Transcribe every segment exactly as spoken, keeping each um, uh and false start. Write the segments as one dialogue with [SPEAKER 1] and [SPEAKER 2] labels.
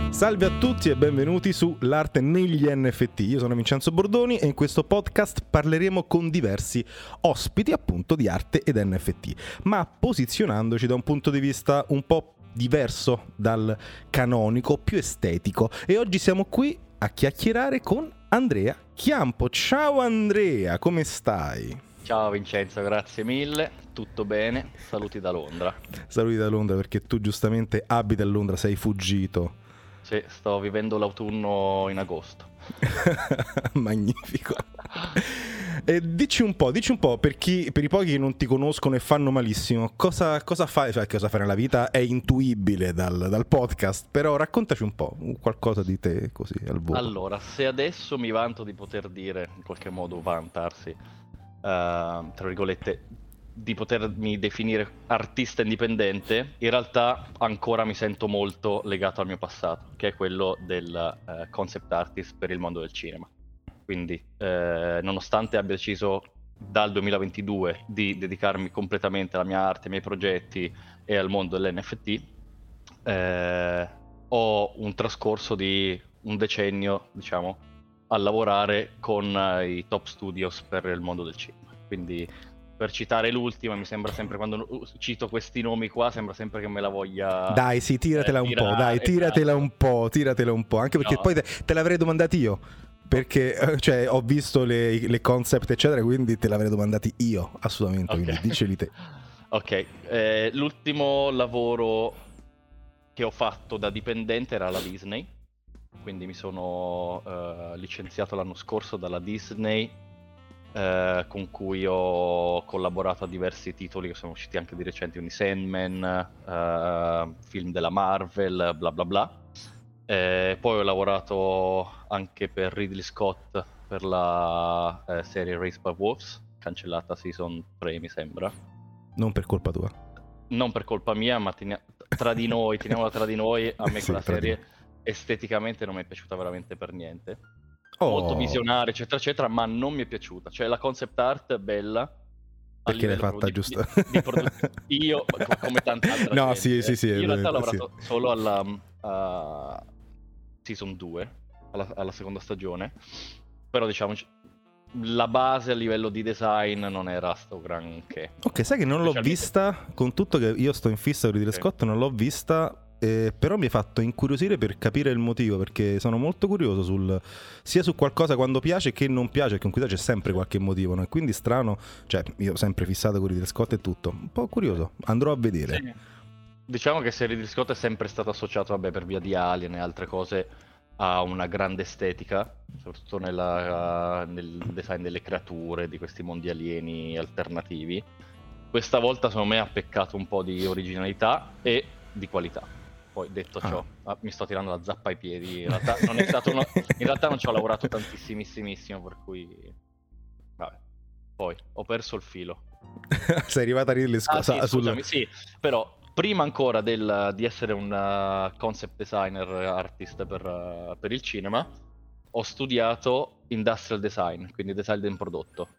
[SPEAKER 1] Salve a tutti e benvenuti su L'arte negli N F T. Io sono Vincenzo Bordoni e in questo podcast parleremo con diversi ospiti appunto di arte ed N F T, ma posizionandoci da un punto di vista un po' diverso dal canonico, più estetico. E oggi siamo qui a chiacchierare con Andrea Chiampo. Ciao Andrea, come stai?
[SPEAKER 2] Ciao Vincenzo, grazie mille, tutto bene, saluti da Londra.
[SPEAKER 1] Saluti da Londra perché tu giustamente abiti a Londra, sei fuggito.
[SPEAKER 2] Sì, sto vivendo l'autunno in agosto.
[SPEAKER 1] Magnifico. E dici un po', dici un po' per chi, per i pochi che non ti conoscono e fanno malissimo, cosa, cosa fai, cioè cosa fai nella vita è intuibile dal, dal podcast, però raccontaci un po', qualcosa di te così al volo.
[SPEAKER 2] Allora, se adesso mi vanto di poter dire, in qualche modo vantarsi, uh, tra virgolette, di potermi definire artista indipendente, in realtà ancora mi sento molto legato al mio passato, che è quello del uh, concept artist per il mondo del cinema. Quindi, eh, nonostante abbia deciso dal duemilaventidue di dedicarmi completamente alla mia arte, ai miei progetti e al mondo dell'N F T, eh, ho un trascorso di un decennio, diciamo, a lavorare con i top studios per il mondo del cinema. Quindi, per citare l'ultima, mi sembra sempre, quando cito questi nomi qua, sembra sempre che me la voglia...
[SPEAKER 1] Dai, sì, tiratela
[SPEAKER 2] eh,
[SPEAKER 1] un
[SPEAKER 2] tirare,
[SPEAKER 1] po', dai, tiratela
[SPEAKER 2] esatto.
[SPEAKER 1] un po', tiratela un po', anche perché
[SPEAKER 2] No.
[SPEAKER 1] poi te, te l'avrei domandati io. Perché cioè, ho visto le, le concept eccetera, quindi te l'avrei domandati io assolutamente,
[SPEAKER 2] Okay.
[SPEAKER 1] quindi diceli te.
[SPEAKER 2] Ok, eh, l'ultimo lavoro che ho fatto da dipendente era alla Disney, quindi mi sono uh, licenziato l'anno scorso dalla Disney, uh, con cui ho collaborato a diversi titoli che sono usciti anche di recente, quindi Sandman, uh, film della Marvel, bla bla bla. Eh, poi ho lavorato anche per Ridley Scott per la eh, serie Raised by Wolves, cancellata season tre mi sembra.
[SPEAKER 1] Non per colpa tua.
[SPEAKER 2] Non per colpa mia, ma tenia- tra di noi, teniamola tra di noi, a me
[SPEAKER 1] Sì,
[SPEAKER 2] quella
[SPEAKER 1] tra di
[SPEAKER 2] serie esteticamente non mi è piaciuta veramente per niente.
[SPEAKER 1] Oh.
[SPEAKER 2] Molto visionaria, eccetera, eccetera, ma non mi è piaciuta. Cioè la concept art è bella. a
[SPEAKER 1] Perché l'hai
[SPEAKER 2] livello
[SPEAKER 1] fatta
[SPEAKER 2] di-
[SPEAKER 1] giusto?
[SPEAKER 2] di- di produ- io, co- come tanta altra
[SPEAKER 1] No,
[SPEAKER 2] gente,
[SPEAKER 1] sì, sì, sì,
[SPEAKER 2] io in realtà ho
[SPEAKER 1] eh,
[SPEAKER 2] lavorato
[SPEAKER 1] sì.
[SPEAKER 2] solo alla uh, season due, alla, alla seconda stagione, però diciamo la base a livello di design non era sto granché.
[SPEAKER 1] Ok, sai che non l'ho
[SPEAKER 2] Specialmente-
[SPEAKER 1] vista, con tutto che io sto in fissa con Ridley
[SPEAKER 2] Ok.
[SPEAKER 1] Scott, non l'ho vista, eh, però mi ha fatto incuriosire per capire il motivo, perché sono molto curioso sul sia su qualcosa quando piace che non piace, perché in cui c'è sempre qualche motivo, no? E quindi strano, cioè io ho sempre fissato con Ridley Scott e tutto, un po' curioso, andrò a vedere.
[SPEAKER 2] Sì. Diciamo che se Ridley Scott è sempre stato associato, vabbè, per via di Alien e altre cose, a una grande estetica, soprattutto nella, nel design delle creature, di questi mondi alieni alternativi. Questa volta secondo me ha peccato un po' di originalità e di qualità. Poi detto ciò,
[SPEAKER 1] Ah.
[SPEAKER 2] ah, mi sto tirando la zappa ai piedi. In realtà non è stato uno... in realtà non ci ho lavorato tantissimissimissimo, per cui vabbè. Poi ho perso il filo.
[SPEAKER 1] Sei arrivata a Ridley Scott
[SPEAKER 2] Ah sì,
[SPEAKER 1] sul-
[SPEAKER 2] scusami, sì, però prima ancora del, di essere un uh, concept designer artist per, uh, per il cinema, ho studiato industrial design, quindi design del prodotto.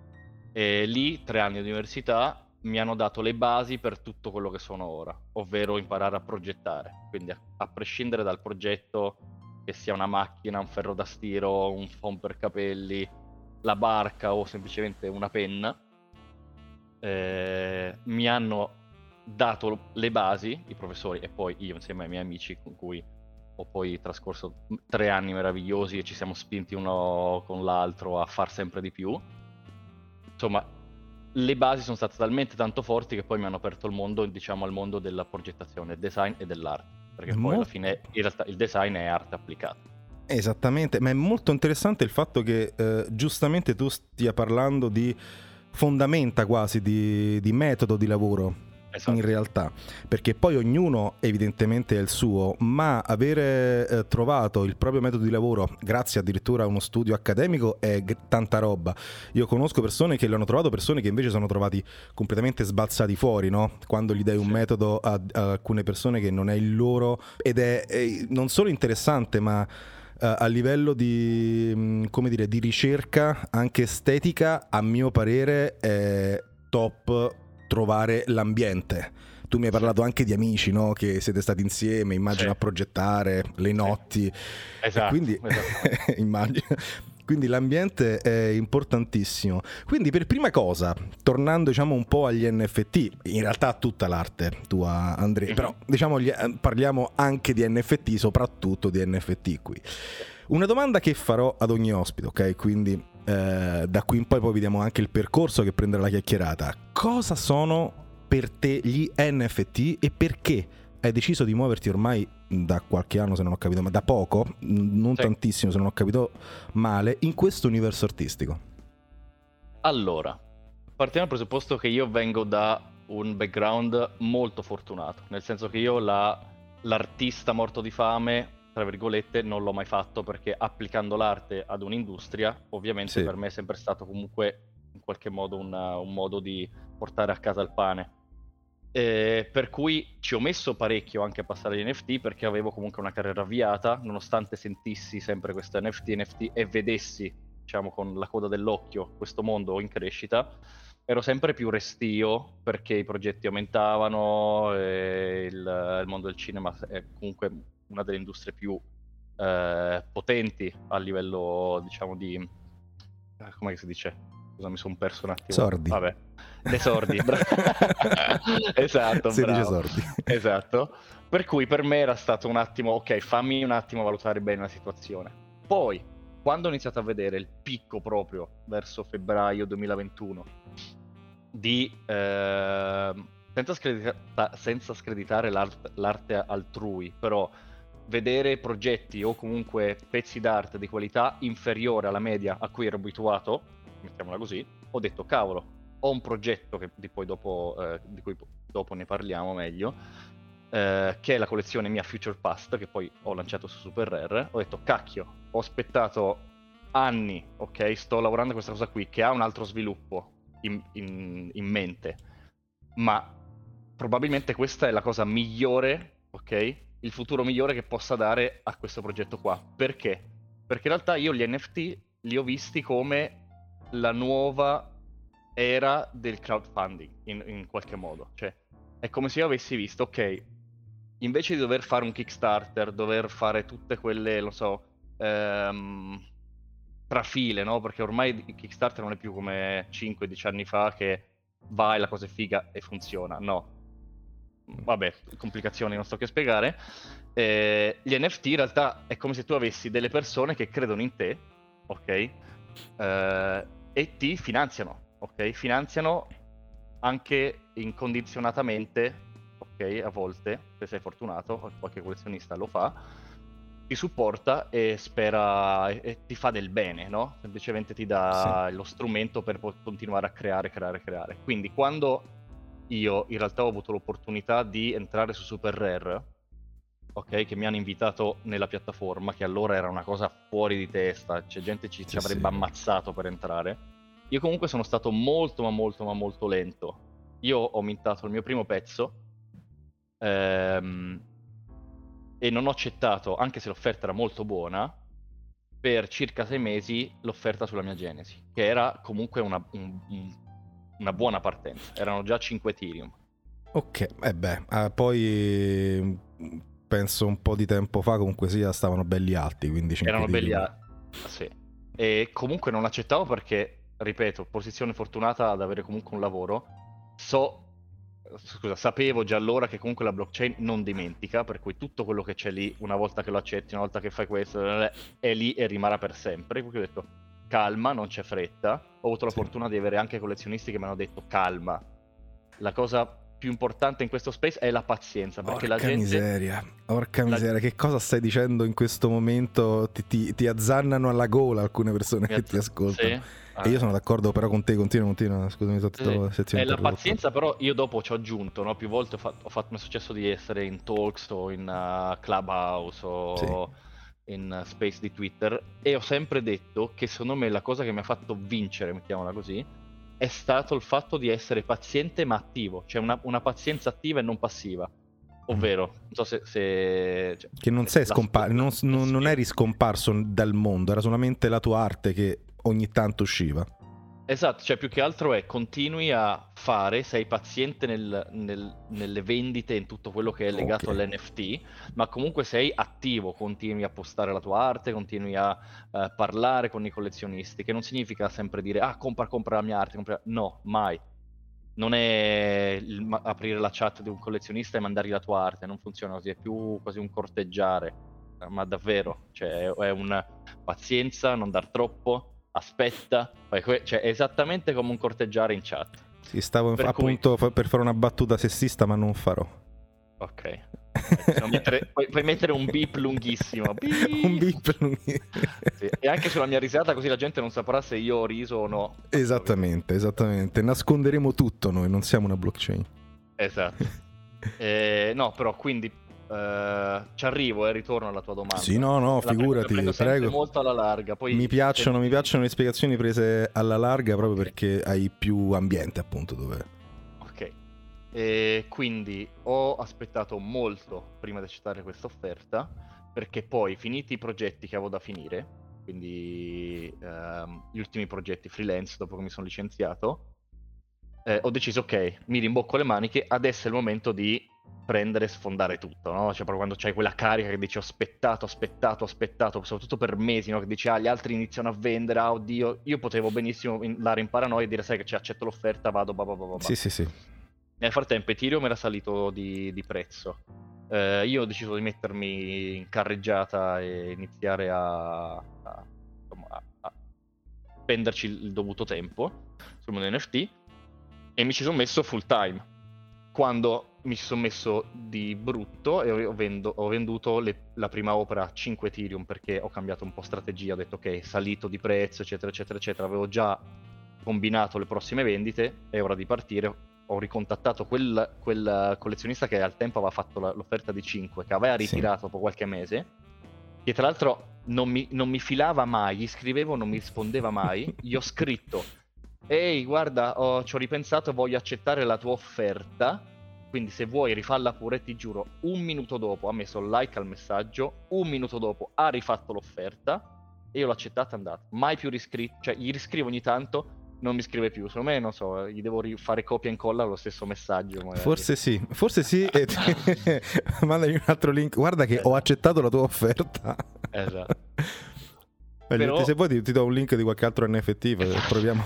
[SPEAKER 2] E lì, tre anni di università, mi hanno dato le basi per tutto quello che sono ora, ovvero imparare a progettare. Quindi a, a prescindere dal progetto, che sia una macchina, un ferro da stiro, un phon per capelli, la barca o semplicemente una penna, eh, mi hanno dato le basi, i professori, e poi io insieme ai miei amici con cui ho poi trascorso tre anni meravigliosi e ci siamo spinti uno con l'altro a far sempre di più. Insomma, le basi sono state talmente tanto forti che poi mi hanno aperto il mondo, diciamo, al mondo della progettazione, del design e dell'arte, perché
[SPEAKER 1] È
[SPEAKER 2] poi
[SPEAKER 1] mo-
[SPEAKER 2] alla fine in realtà il design è arte applicata.
[SPEAKER 1] Esattamente, ma è molto interessante il fatto che eh, giustamente tu stia parlando di fondamenta quasi, di, di metodo di lavoro.
[SPEAKER 2] Esatto.
[SPEAKER 1] In realtà, perché poi ognuno evidentemente è il suo, ma avere eh, trovato il proprio metodo di lavoro grazie addirittura a uno studio accademico è g- tanta roba. Io conosco persone che l'hanno trovato, persone che invece sono trovati completamente sbalzati fuori, no? Quando gli dai un
[SPEAKER 2] Sì.
[SPEAKER 1] metodo a, a alcune persone che non è il loro, ed è, è non solo interessante, ma Uh, a livello di, mh, come dire, di ricerca anche estetica, a mio parere è top trovare l'ambiente, Tu mi hai parlato anche di amici, no? Che siete stati insieme, immagino,
[SPEAKER 2] Sì.
[SPEAKER 1] a progettare le notti.
[SPEAKER 2] Sì. Esatto,
[SPEAKER 1] E quindi immagino. Quindi l'ambiente è importantissimo. Quindi per prima cosa, tornando diciamo un po' agli N F T, in realtà a tutta l'arte tua, Andrea, mm-hmm. però diciamo gli, parliamo anche di N F T, soprattutto di N F T qui. Una domanda che farò ad ogni ospite, ok? Quindi eh, da qui in poi poi vediamo anche il percorso che prenderà la chiacchierata. Cosa sono per te gli N F T e perché hai deciso di muoverti ormai da qualche anno, se non ho capito, ma da poco, non sì. tantissimo se non ho capito male, in questo universo artistico?
[SPEAKER 2] Allora, partiamo dal presupposto che io vengo da un background molto fortunato, nel senso che io la, l'artista morto di fame, tra virgolette, non l'ho mai fatto, perché applicando l'arte ad un'industria, ovviamente sì. per me è sempre stato comunque in qualche modo una, un modo di portare a casa il pane. Eh, per cui ci ho messo parecchio anche a passare agli N F T, perché avevo comunque una carriera avviata, nonostante sentissi sempre questo N F T, N F T e vedessi, diciamo, con la coda dell'occhio questo mondo in crescita, ero sempre più restio perché i progetti aumentavano e il, il mondo del cinema è comunque una delle industrie più eh, potenti a livello, diciamo, di... come si dice? Scusa, mi sono perso un attimo.
[SPEAKER 1] Sordi.
[SPEAKER 2] Vabbè. Le sordi. Esatto,
[SPEAKER 1] si
[SPEAKER 2] bravo.
[SPEAKER 1] dice sordi.
[SPEAKER 2] Esatto. Per cui per me era stato un attimo, ok, fammi un attimo valutare bene la situazione. Poi, quando ho iniziato a vedere il picco proprio verso febbraio duemilaventuno di eh, senza, scredita- senza screditare l'arte, l'arte altrui, però vedere progetti o comunque pezzi d'arte di qualità inferiore alla media a cui ero abituato, mettiamola così, ho detto cavolo, ho un progetto che di, poi dopo, eh, di cui dopo ne parliamo meglio, eh, che è la collezione mia Future Past, che poi ho lanciato su Super Rare. Ho detto cacchio, ho aspettato anni, ok, sto lavorando a questa cosa qui che ha un altro sviluppo in, in, in mente, ma probabilmente questa è la cosa migliore, ok, il futuro migliore che possa dare a questo progetto qua. Perché? Perché in realtà io gli N F T li ho visti come la nuova era del crowdfunding in, in qualche modo. Cioè è come se io avessi visto, ok, invece di dover fare un Kickstarter, dover fare tutte quelle, lo so, ehm, trafile, no? Perché ormai il Kickstarter non è più come cinque dieci anni fa che vai, la cosa è figa e funziona. No, vabbè, complicazioni non sto che a spiegare. Eh, gli N F T in realtà è come se tu avessi delle persone che credono in te, ok? Eh, e ti finanziano, ok? Finanziano anche incondizionatamente, ok? A volte, se sei fortunato, qualche collezionista lo fa, ti supporta e spera e, e ti fa del bene, no? Semplicemente ti dà sì. lo strumento per po- continuare a creare, creare, creare. Quindi quando io in realtà ho avuto l'opportunità di entrare su Super Rare, ok, che mi hanno invitato nella piattaforma, che allora era una cosa fuori di testa, c'è gente che ci, sì, ci avrebbe sì. ammazzato per entrare. Io comunque sono stato molto ma molto ma molto lento. Io ho mintato il mio primo pezzo ehm, e non ho accettato, anche se l'offerta era molto buona, per circa sei mesi l'offerta sulla mia Genesi, che era comunque una, un, un, una buona partenza. Erano già cinque Ethereum.
[SPEAKER 1] Ok, eh beh, eh, poi penso un po' di tempo fa comunque sia stavano belli alti, quindi
[SPEAKER 2] erano belli alti, sì. E comunque non accettavo perché, ripeto, posizione fortunata ad avere comunque un lavoro. So, scusa, sapevo già allora che comunque la blockchain non dimentica, per cui tutto quello che c'è lì, una volta che lo accetti, una volta che fai questo, è lì e rimarrà per sempre. Per cui ho detto, calma, non c'è fretta. Ho avuto la sì. fortuna di avere anche collezionisti che mi hanno detto, calma. La cosa più importante in questo space è la pazienza, perché
[SPEAKER 1] orca
[SPEAKER 2] la gente...
[SPEAKER 1] miseria, orca
[SPEAKER 2] la...
[SPEAKER 1] miseria, che cosa stai dicendo in questo momento? Ti, ti, ti azzannano alla gola alcune persone mi che azz... ti ascoltano. Sì. Ah. E io sono d'accordo però con te, continua, continua, scusami,
[SPEAKER 2] sì. sezione. È la pazienza, però io dopo ci ho aggiunto, no? Più volte ho fatto, ho fatto mi è successo di essere in Talks o in uh, Clubhouse o sì. in uh, Space di Twitter, e ho sempre detto che secondo me la cosa che mi ha fatto vincere, mettiamola così, è stato il fatto di essere paziente ma attivo, cioè una, una pazienza attiva e non passiva. Ovvero, non so se... se cioè,
[SPEAKER 1] che non sei scomparso, non, non, non eri scomparso dal mondo, era solamente la tua arte che ogni tanto usciva.
[SPEAKER 2] Esatto, cioè più che altro è continui a fare, sei paziente nel, nel, nelle vendite, in tutto quello che è legato
[SPEAKER 1] okay.
[SPEAKER 2] all'N F T, ma comunque sei attivo, continui a postare la tua arte, continui a eh, parlare con i collezionisti, che non significa sempre dire ah compra, compra la mia arte, compra... no, mai. Non è il ma- aprire la chat di un collezionista e mandargli la tua arte, non funziona così, è più quasi un corteggiare, ma davvero, cioè è una pazienza, non dar troppo, aspetta, poi que- cioè è esattamente come un corteggiare in chat.
[SPEAKER 1] Sì, stavo
[SPEAKER 2] Per cui,
[SPEAKER 1] appunto fa- per fare una battuta sessista, ma non farò.
[SPEAKER 2] ok, vai, possiamo mettere- puoi, puoi mettere un beep lunghissimo,
[SPEAKER 1] Un
[SPEAKER 2] beep.
[SPEAKER 1] beep.
[SPEAKER 2] Sì, e anche sulla mia risata, così la gente non saprà se io ho riso o no.
[SPEAKER 1] Esattamente, esattamente. Nasconderemo tutto noi, non siamo una blockchain.
[SPEAKER 2] Esatto. Eh, no, però quindi eh, ci arrivo e ritorno alla tua domanda.
[SPEAKER 1] Sì, no, no,
[SPEAKER 2] La prendo-
[SPEAKER 1] figurati,
[SPEAKER 2] la prendo sempre
[SPEAKER 1] prego.
[SPEAKER 2] molto alla larga. Poi
[SPEAKER 1] Mi piacciono,
[SPEAKER 2] se-
[SPEAKER 1] mi piacciono le spiegazioni prese alla larga proprio
[SPEAKER 2] Ok.
[SPEAKER 1] perché hai più ambiente, appunto, dove...
[SPEAKER 2] Ok. E quindi ho aspettato molto prima di accettare questa offerta, perché poi, finiti i progetti che avevo da finire, quindi ehm, gli ultimi progetti freelance dopo che mi sono licenziato, eh, ho deciso, ok, mi rimbocco le maniche, adesso è il momento di prendere e sfondare tutto, no? Cioè proprio quando c'hai quella carica che dici ho aspettato, aspettato, aspettato, soprattutto per mesi, no? Che dici ah, gli altri iniziano a vendere, ah, oddio, io potevo benissimo andare in paranoia e dire sai che c'è, accetto l'offerta, vado, bah, bah, bah, bah, bah.
[SPEAKER 1] Sì, sì, sì.
[SPEAKER 2] Nel frattempo Ethereum era salito di, di prezzo. Eh, io ho deciso di mettermi in carreggiata e iniziare a, a, insomma, a, a spenderci il dovuto tempo sul mondo N F T e mi ci sono messo full time. Quando mi ci sono messo di brutto e ho, vendo- ho venduto le- la prima opera a cinque Ethereum perché ho cambiato un po' strategia, ho detto ok, salito di prezzo, eccetera, eccetera, eccetera. Avevo già combinato le prossime vendite, è ora di partire. Ho ricontattato quel, quel collezionista che al tempo aveva fatto la- l'offerta di cinque, che aveva
[SPEAKER 1] Sì.
[SPEAKER 2] ritirato dopo qualche mese, che tra l'altro non mi, non mi filava mai, gli scrivevo, non mi rispondeva mai. Gli ho scritto, ehi guarda, ho- ci ho ripensato, voglio accettare la tua offerta, quindi se vuoi rifalla pure, ti giuro. Un minuto dopo ha messo like al messaggio, un minuto dopo ha rifatto l'offerta e io l'ho accettata e è andato. Mai più riscritto, cioè gli riscrivo ogni tanto, non mi scrive più. Secondo me, non so, gli devo fare copia e incolla lo stesso messaggio magari.
[SPEAKER 1] Forse sì, forse sì. E mandami un altro link. Guarda che
[SPEAKER 2] Esatto.
[SPEAKER 1] ho accettato la tua offerta.
[SPEAKER 2] Esatto.
[SPEAKER 1] Meglio,
[SPEAKER 2] Però-
[SPEAKER 1] se vuoi ti, ti do un link di qualche altro N F T, proviamo.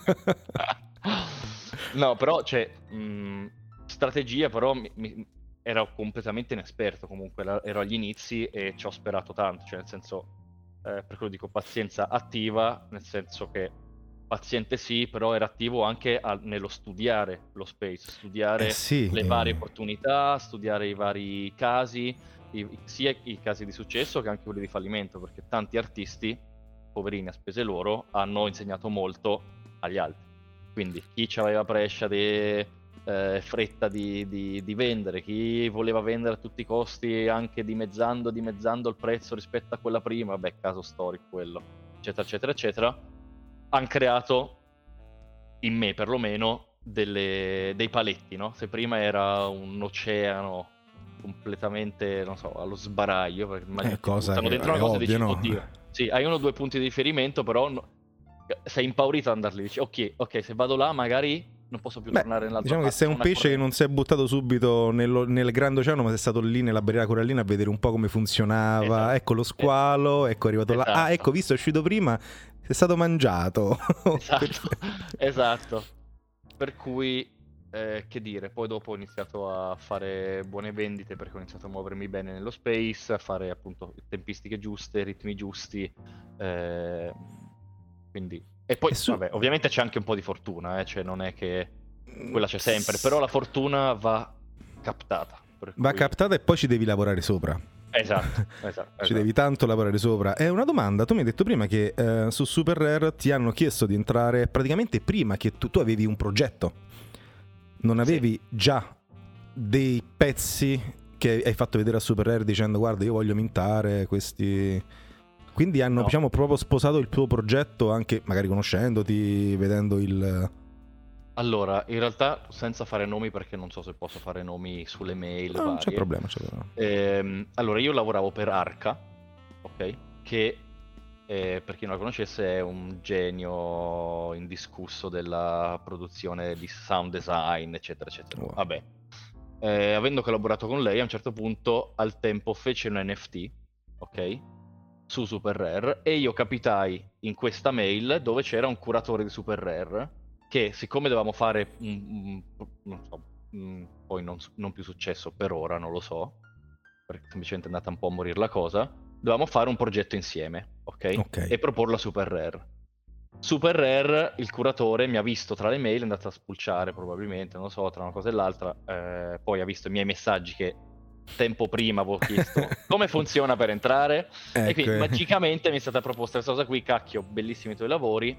[SPEAKER 2] No, però c'è mh, strategia, però mi, mi- ero completamente inesperto comunque, la- ero agli inizi e ci ho sperato tanto, cioè nel senso, eh, per quello dico pazienza attiva, nel senso che paziente sì, però era attivo anche a- nello studiare lo space, studiare
[SPEAKER 1] Eh sì,
[SPEAKER 2] le
[SPEAKER 1] eh.
[SPEAKER 2] varie opportunità, studiare i vari casi, i- sia i casi di successo che anche quelli di fallimento, perché tanti artisti, poverini a spese loro, hanno insegnato molto agli altri. Quindi chi aveva prescia di eh, fretta di, di- di vendere, chi voleva vendere a tutti i costi anche dimezzando, dimezzando il prezzo rispetto a quella prima, beh, caso storico quello, eccetera, eccetera, eccetera, hanno creato, in me perlomeno, delle- dei paletti, no? Se prima era un oceano completamente, non so, allo sbaraglio, perché immagino
[SPEAKER 1] Eh,
[SPEAKER 2] ti
[SPEAKER 1] cosa
[SPEAKER 2] buttano
[SPEAKER 1] che
[SPEAKER 2] dentro
[SPEAKER 1] è
[SPEAKER 2] una cosa e
[SPEAKER 1] ovvio,
[SPEAKER 2] dici,
[SPEAKER 1] no?
[SPEAKER 2] oddio, sì, hai uno o due punti di riferimento, però no- sei impaurito ad andarli, dici, ok, ok, se vado là magari non posso più
[SPEAKER 1] Beh,
[SPEAKER 2] tornare nell'altra
[SPEAKER 1] diciamo che
[SPEAKER 2] parte.
[SPEAKER 1] sei
[SPEAKER 2] c'è
[SPEAKER 1] un
[SPEAKER 2] una
[SPEAKER 1] pesce che
[SPEAKER 2] corrente.
[SPEAKER 1] non si è buttato subito nello- nel grande oceano, ma sei stato lì nella barriera corallina a vedere un po' come funzionava.
[SPEAKER 2] Esatto.
[SPEAKER 1] Ecco lo squalo, ecco è arrivato là. Ah,
[SPEAKER 2] Esatto.
[SPEAKER 1] ecco, visto è uscito prima, è stato mangiato.
[SPEAKER 2] Esatto, esatto. Per cui, eh, che dire, poi dopo ho iniziato a fare buone vendite perché ho iniziato a muovermi bene nello space, a fare appunto tempistiche giuste, ritmi giusti. eh, quindi... E poi,
[SPEAKER 1] E su-
[SPEAKER 2] vabbè, ovviamente c'è anche un po' di fortuna, eh, cioè non è che quella c'è sempre, però la fortuna va captata. per
[SPEAKER 1] Va
[SPEAKER 2] cui-
[SPEAKER 1] captata e poi ci devi lavorare sopra.
[SPEAKER 2] Esatto, esatto.
[SPEAKER 1] Ci
[SPEAKER 2] esatto.
[SPEAKER 1] devi tanto lavorare sopra. È una domanda, tu mi hai detto prima che eh, su Super Rare ti hanno chiesto di entrare praticamente prima che tu, tu avevi un progetto. Non avevi già dei pezzi che hai fatto vedere a Super Rare dicendo guarda io voglio mintare questi... Quindi hanno
[SPEAKER 2] No.
[SPEAKER 1] diciamo proprio sposato il tuo progetto anche magari conoscendoti, vedendo il...
[SPEAKER 2] Allora, in realtà senza fare nomi perché non so se posso fare nomi sulle mail
[SPEAKER 1] No, non c'è
[SPEAKER 2] varie.
[SPEAKER 1] problema, c'è problema.
[SPEAKER 2] Ehm, allora, io lavoravo per Arca, ok? Che eh, per chi non la conoscesse, è un genio indiscusso della produzione di sound design, eccetera, eccetera.
[SPEAKER 1] Wow.
[SPEAKER 2] Vabbè. Eh, avendo collaborato con lei, a un certo punto, al tempo, fece un N F T, ok? Su Super Rare, e io capitai in questa mail dove c'era un curatore di Super Rare che, siccome dovevamo fare un, un- non so, un- poi non, non più successo per ora, non lo so, perché semplicemente è andata un po' a morire la cosa, dovevamo fare un progetto insieme, ok?
[SPEAKER 1] Ok.
[SPEAKER 2] E proporlo a Super Rare. Super Rare, il curatore mi ha visto tra le mail, è andato a spulciare probabilmente, non lo so, tra una cosa e l'altra, eh, poi ha visto i miei messaggi che tempo prima avevo chiesto come funziona per entrare, e
[SPEAKER 1] Ecco,
[SPEAKER 2] quindi
[SPEAKER 1] eh.
[SPEAKER 2] magicamente mi è stata proposta questa cosa qui, cacchio, bellissimi i tuoi lavori,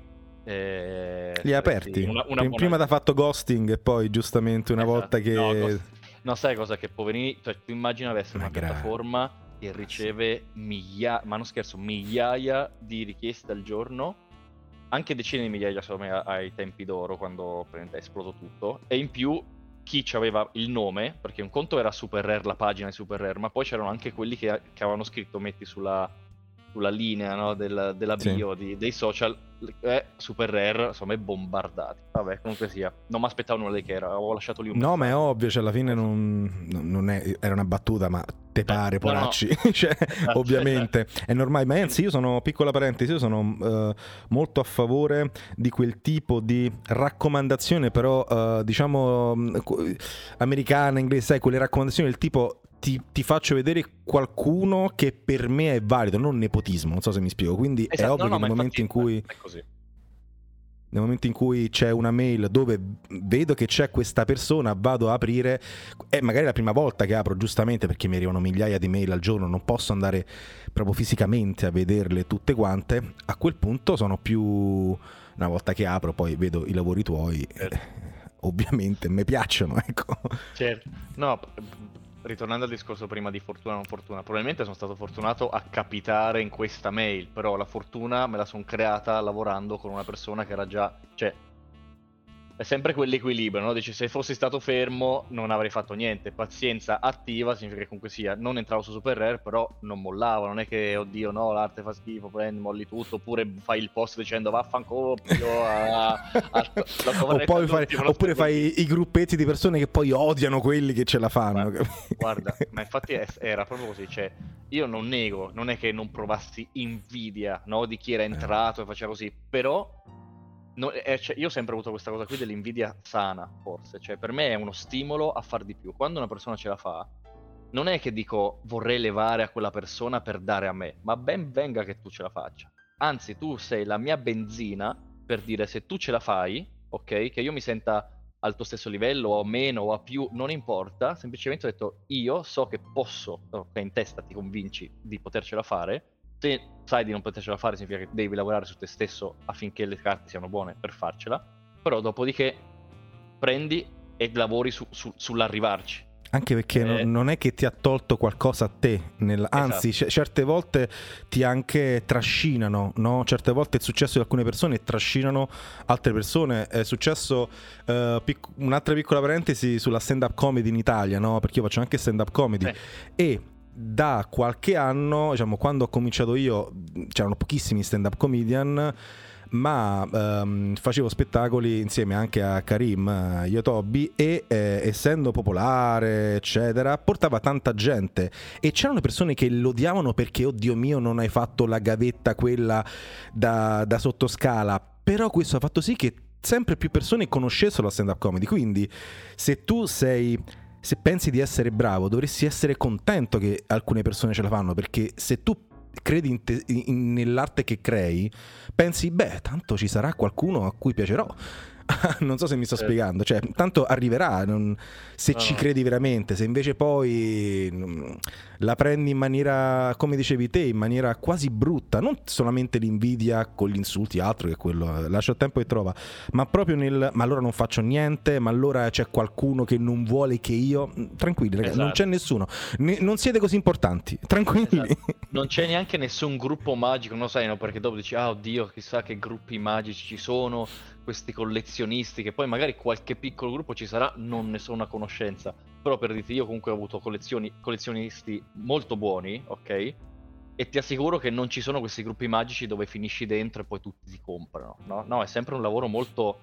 [SPEAKER 2] eh,
[SPEAKER 1] Li ha
[SPEAKER 2] saresti
[SPEAKER 1] aperti.
[SPEAKER 2] una, una
[SPEAKER 1] Prim-
[SPEAKER 2] buona...
[SPEAKER 1] Prima da fatto ghosting e poi giustamente una
[SPEAKER 2] Esatto.
[SPEAKER 1] volta che...
[SPEAKER 2] No, cost- no, sai cosa? Che poverini, cioè, tu immagina di essere
[SPEAKER 1] Ma
[SPEAKER 2] una
[SPEAKER 1] gra-
[SPEAKER 2] piattaforma che riceve migliaia, ma non scherzo, migliaia di richieste al giorno, anche decine di migliaia secondo me a- ai tempi d'oro, quando praticamente è esploso tutto, e in più chi aveva il nome, perché un conto era Super Rare, la pagina di Super Rare, ma poi c'erano anche quelli che, che avevano scritto, metti sulla, sulla linea, no, del- della
[SPEAKER 1] Sì.
[SPEAKER 2] bio di- dei social, eh, Super Rare, insomma, è bombardati. Vabbè, comunque sia, non mi aspettavo nulla di che era, avevo lasciato lì un
[SPEAKER 1] No, ma è
[SPEAKER 2] messaggio.
[SPEAKER 1] ovvio, cioè alla fine non, non- non è, era una battuta, ma te pare,
[SPEAKER 2] no, no, no.
[SPEAKER 1] poracci, cioè,
[SPEAKER 2] Esatto,
[SPEAKER 1] ovviamente è normale, ma anzi io sono, piccola parentesi, io sono eh, molto a favore di quel tipo di raccomandazione, però eh, diciamo mh, qu- americana, inglese, sai, quelle raccomandazioni del tipo ti, ti faccio vedere qualcuno che per me è valido, non nepotismo, non so se mi spiego, quindi è
[SPEAKER 2] Esatto,
[SPEAKER 1] ovvio
[SPEAKER 2] no, no,
[SPEAKER 1] che
[SPEAKER 2] ma
[SPEAKER 1] nel momento in
[SPEAKER 2] infatti,
[SPEAKER 1] cui...
[SPEAKER 2] eh, è così.
[SPEAKER 1] Nel momento in cui c'è una mail dove vedo che c'è questa persona, vado a aprire, è magari la prima volta che apro, giustamente, perché mi arrivano migliaia di mail al giorno, non posso andare proprio fisicamente a vederle tutte quante. A quel punto sono più, una volta che apro, poi vedo i lavori tuoi,
[SPEAKER 2] Certo.
[SPEAKER 1] eh, ovviamente mi piacciono, ecco.
[SPEAKER 2] Certo, no, p- ritornando al discorso prima di fortuna o non fortuna, probabilmente sono stato fortunato a capitare in questa mail, però la fortuna me la sono creata lavorando con una persona che era già, cioè, è sempre quell'equilibrio, no? Dici, se fossi stato fermo non avrei fatto niente, pazienza attiva significa che comunque sia, non entravo su Super Rare, però non mollavo, non è che, oddio, no, l'arte fa schifo, prendi, molli tutto, oppure fai il post dicendo vaffanculo, io a, a,
[SPEAKER 1] o poi fai, oppure fai i gruppetti di persone che poi odiano quelli che ce la fanno.
[SPEAKER 2] Guarda, guarda, ma infatti è- era proprio così, cioè io non nego, non è che non provassi invidia, no, di chi era entrato e faceva così, però no, eh, cioè, io ho sempre avuto questa cosa qui dell'invidia sana, forse, cioè per me è uno stimolo a far di più. Quando una persona ce la fa, non è che dico vorrei levare a quella persona per dare a me, ma ben venga che tu ce la faccia. Anzi, tu sei la mia benzina per dire se tu ce la fai, ok, che io mi senta al tuo stesso livello o meno o a più, non importa, semplicemente ho detto io so che posso, ok, in testa ti convinci di potercela fare. Se sai di non potercela fare significa che devi lavorare su te stesso affinché le carte siano buone per farcela, però dopodiché prendi e lavori su- su- sull'arrivarci.
[SPEAKER 1] Anche perché
[SPEAKER 2] Eh,
[SPEAKER 1] non, non è che ti ha tolto qualcosa a te, nel- anzi
[SPEAKER 2] Esatto.
[SPEAKER 1] c- certe volte ti anche trascinano, no? Certe volte è successo che alcune persone trascinano altre persone. È successo, eh, pic- un'altra piccola parentesi sulla stand-up comedy in Italia, no? Perché io faccio anche stand-up comedy,
[SPEAKER 2] Sì.
[SPEAKER 1] e da qualche anno, diciamo, quando ho cominciato io, c'erano pochissimi stand-up comedian, ma ehm, facevo spettacoli insieme anche a Karim eh, Yotobi, e eh, essendo popolare eccetera portava tanta gente, e c'erano persone che lo odiavano perché oddio mio non hai fatto la gavetta quella da, da sottoscala, però questo ha fatto sì che sempre più persone conoscessero la stand-up comedy. Quindi se tu sei, se pensi di essere bravo, dovresti essere contento che alcune persone ce la fanno, perché se tu credi in te, in, nell'arte che crei, pensi beh tanto ci sarà qualcuno a cui piacerò. Non so se mi sto
[SPEAKER 2] Certo.
[SPEAKER 1] spiegando, cioè tanto arriverà, non, se
[SPEAKER 2] No,
[SPEAKER 1] ci
[SPEAKER 2] no.
[SPEAKER 1] credi veramente. Se invece poi mm, la prendi in maniera, come dicevi te, in maniera quasi brutta, non solamente l'invidia con gli insulti, altro che quello, lascia il tempo che trova, ma proprio nel ma allora non faccio niente, ma allora c'è qualcuno che non vuole che io, tranquilli ragazzi, non
[SPEAKER 2] Esatto.
[SPEAKER 1] c'è nessuno, ne, non siete così importanti, tranquilli.
[SPEAKER 2] Esatto. Non c'è neanche nessun gruppo magico, non lo sai, no? Perché dopo dici, ah oddio, chissà che gruppi magici ci sono, questi collezionisti, che poi magari qualche piccolo gruppo ci sarà, non ne sono a conoscenza. Però per dirti, io comunque ho avuto collezioni, collezionisti molto buoni, ok? e ti assicuro che non ci sono questi gruppi magici dove finisci dentro e poi tutti ti comprano, no? No, è sempre un lavoro molto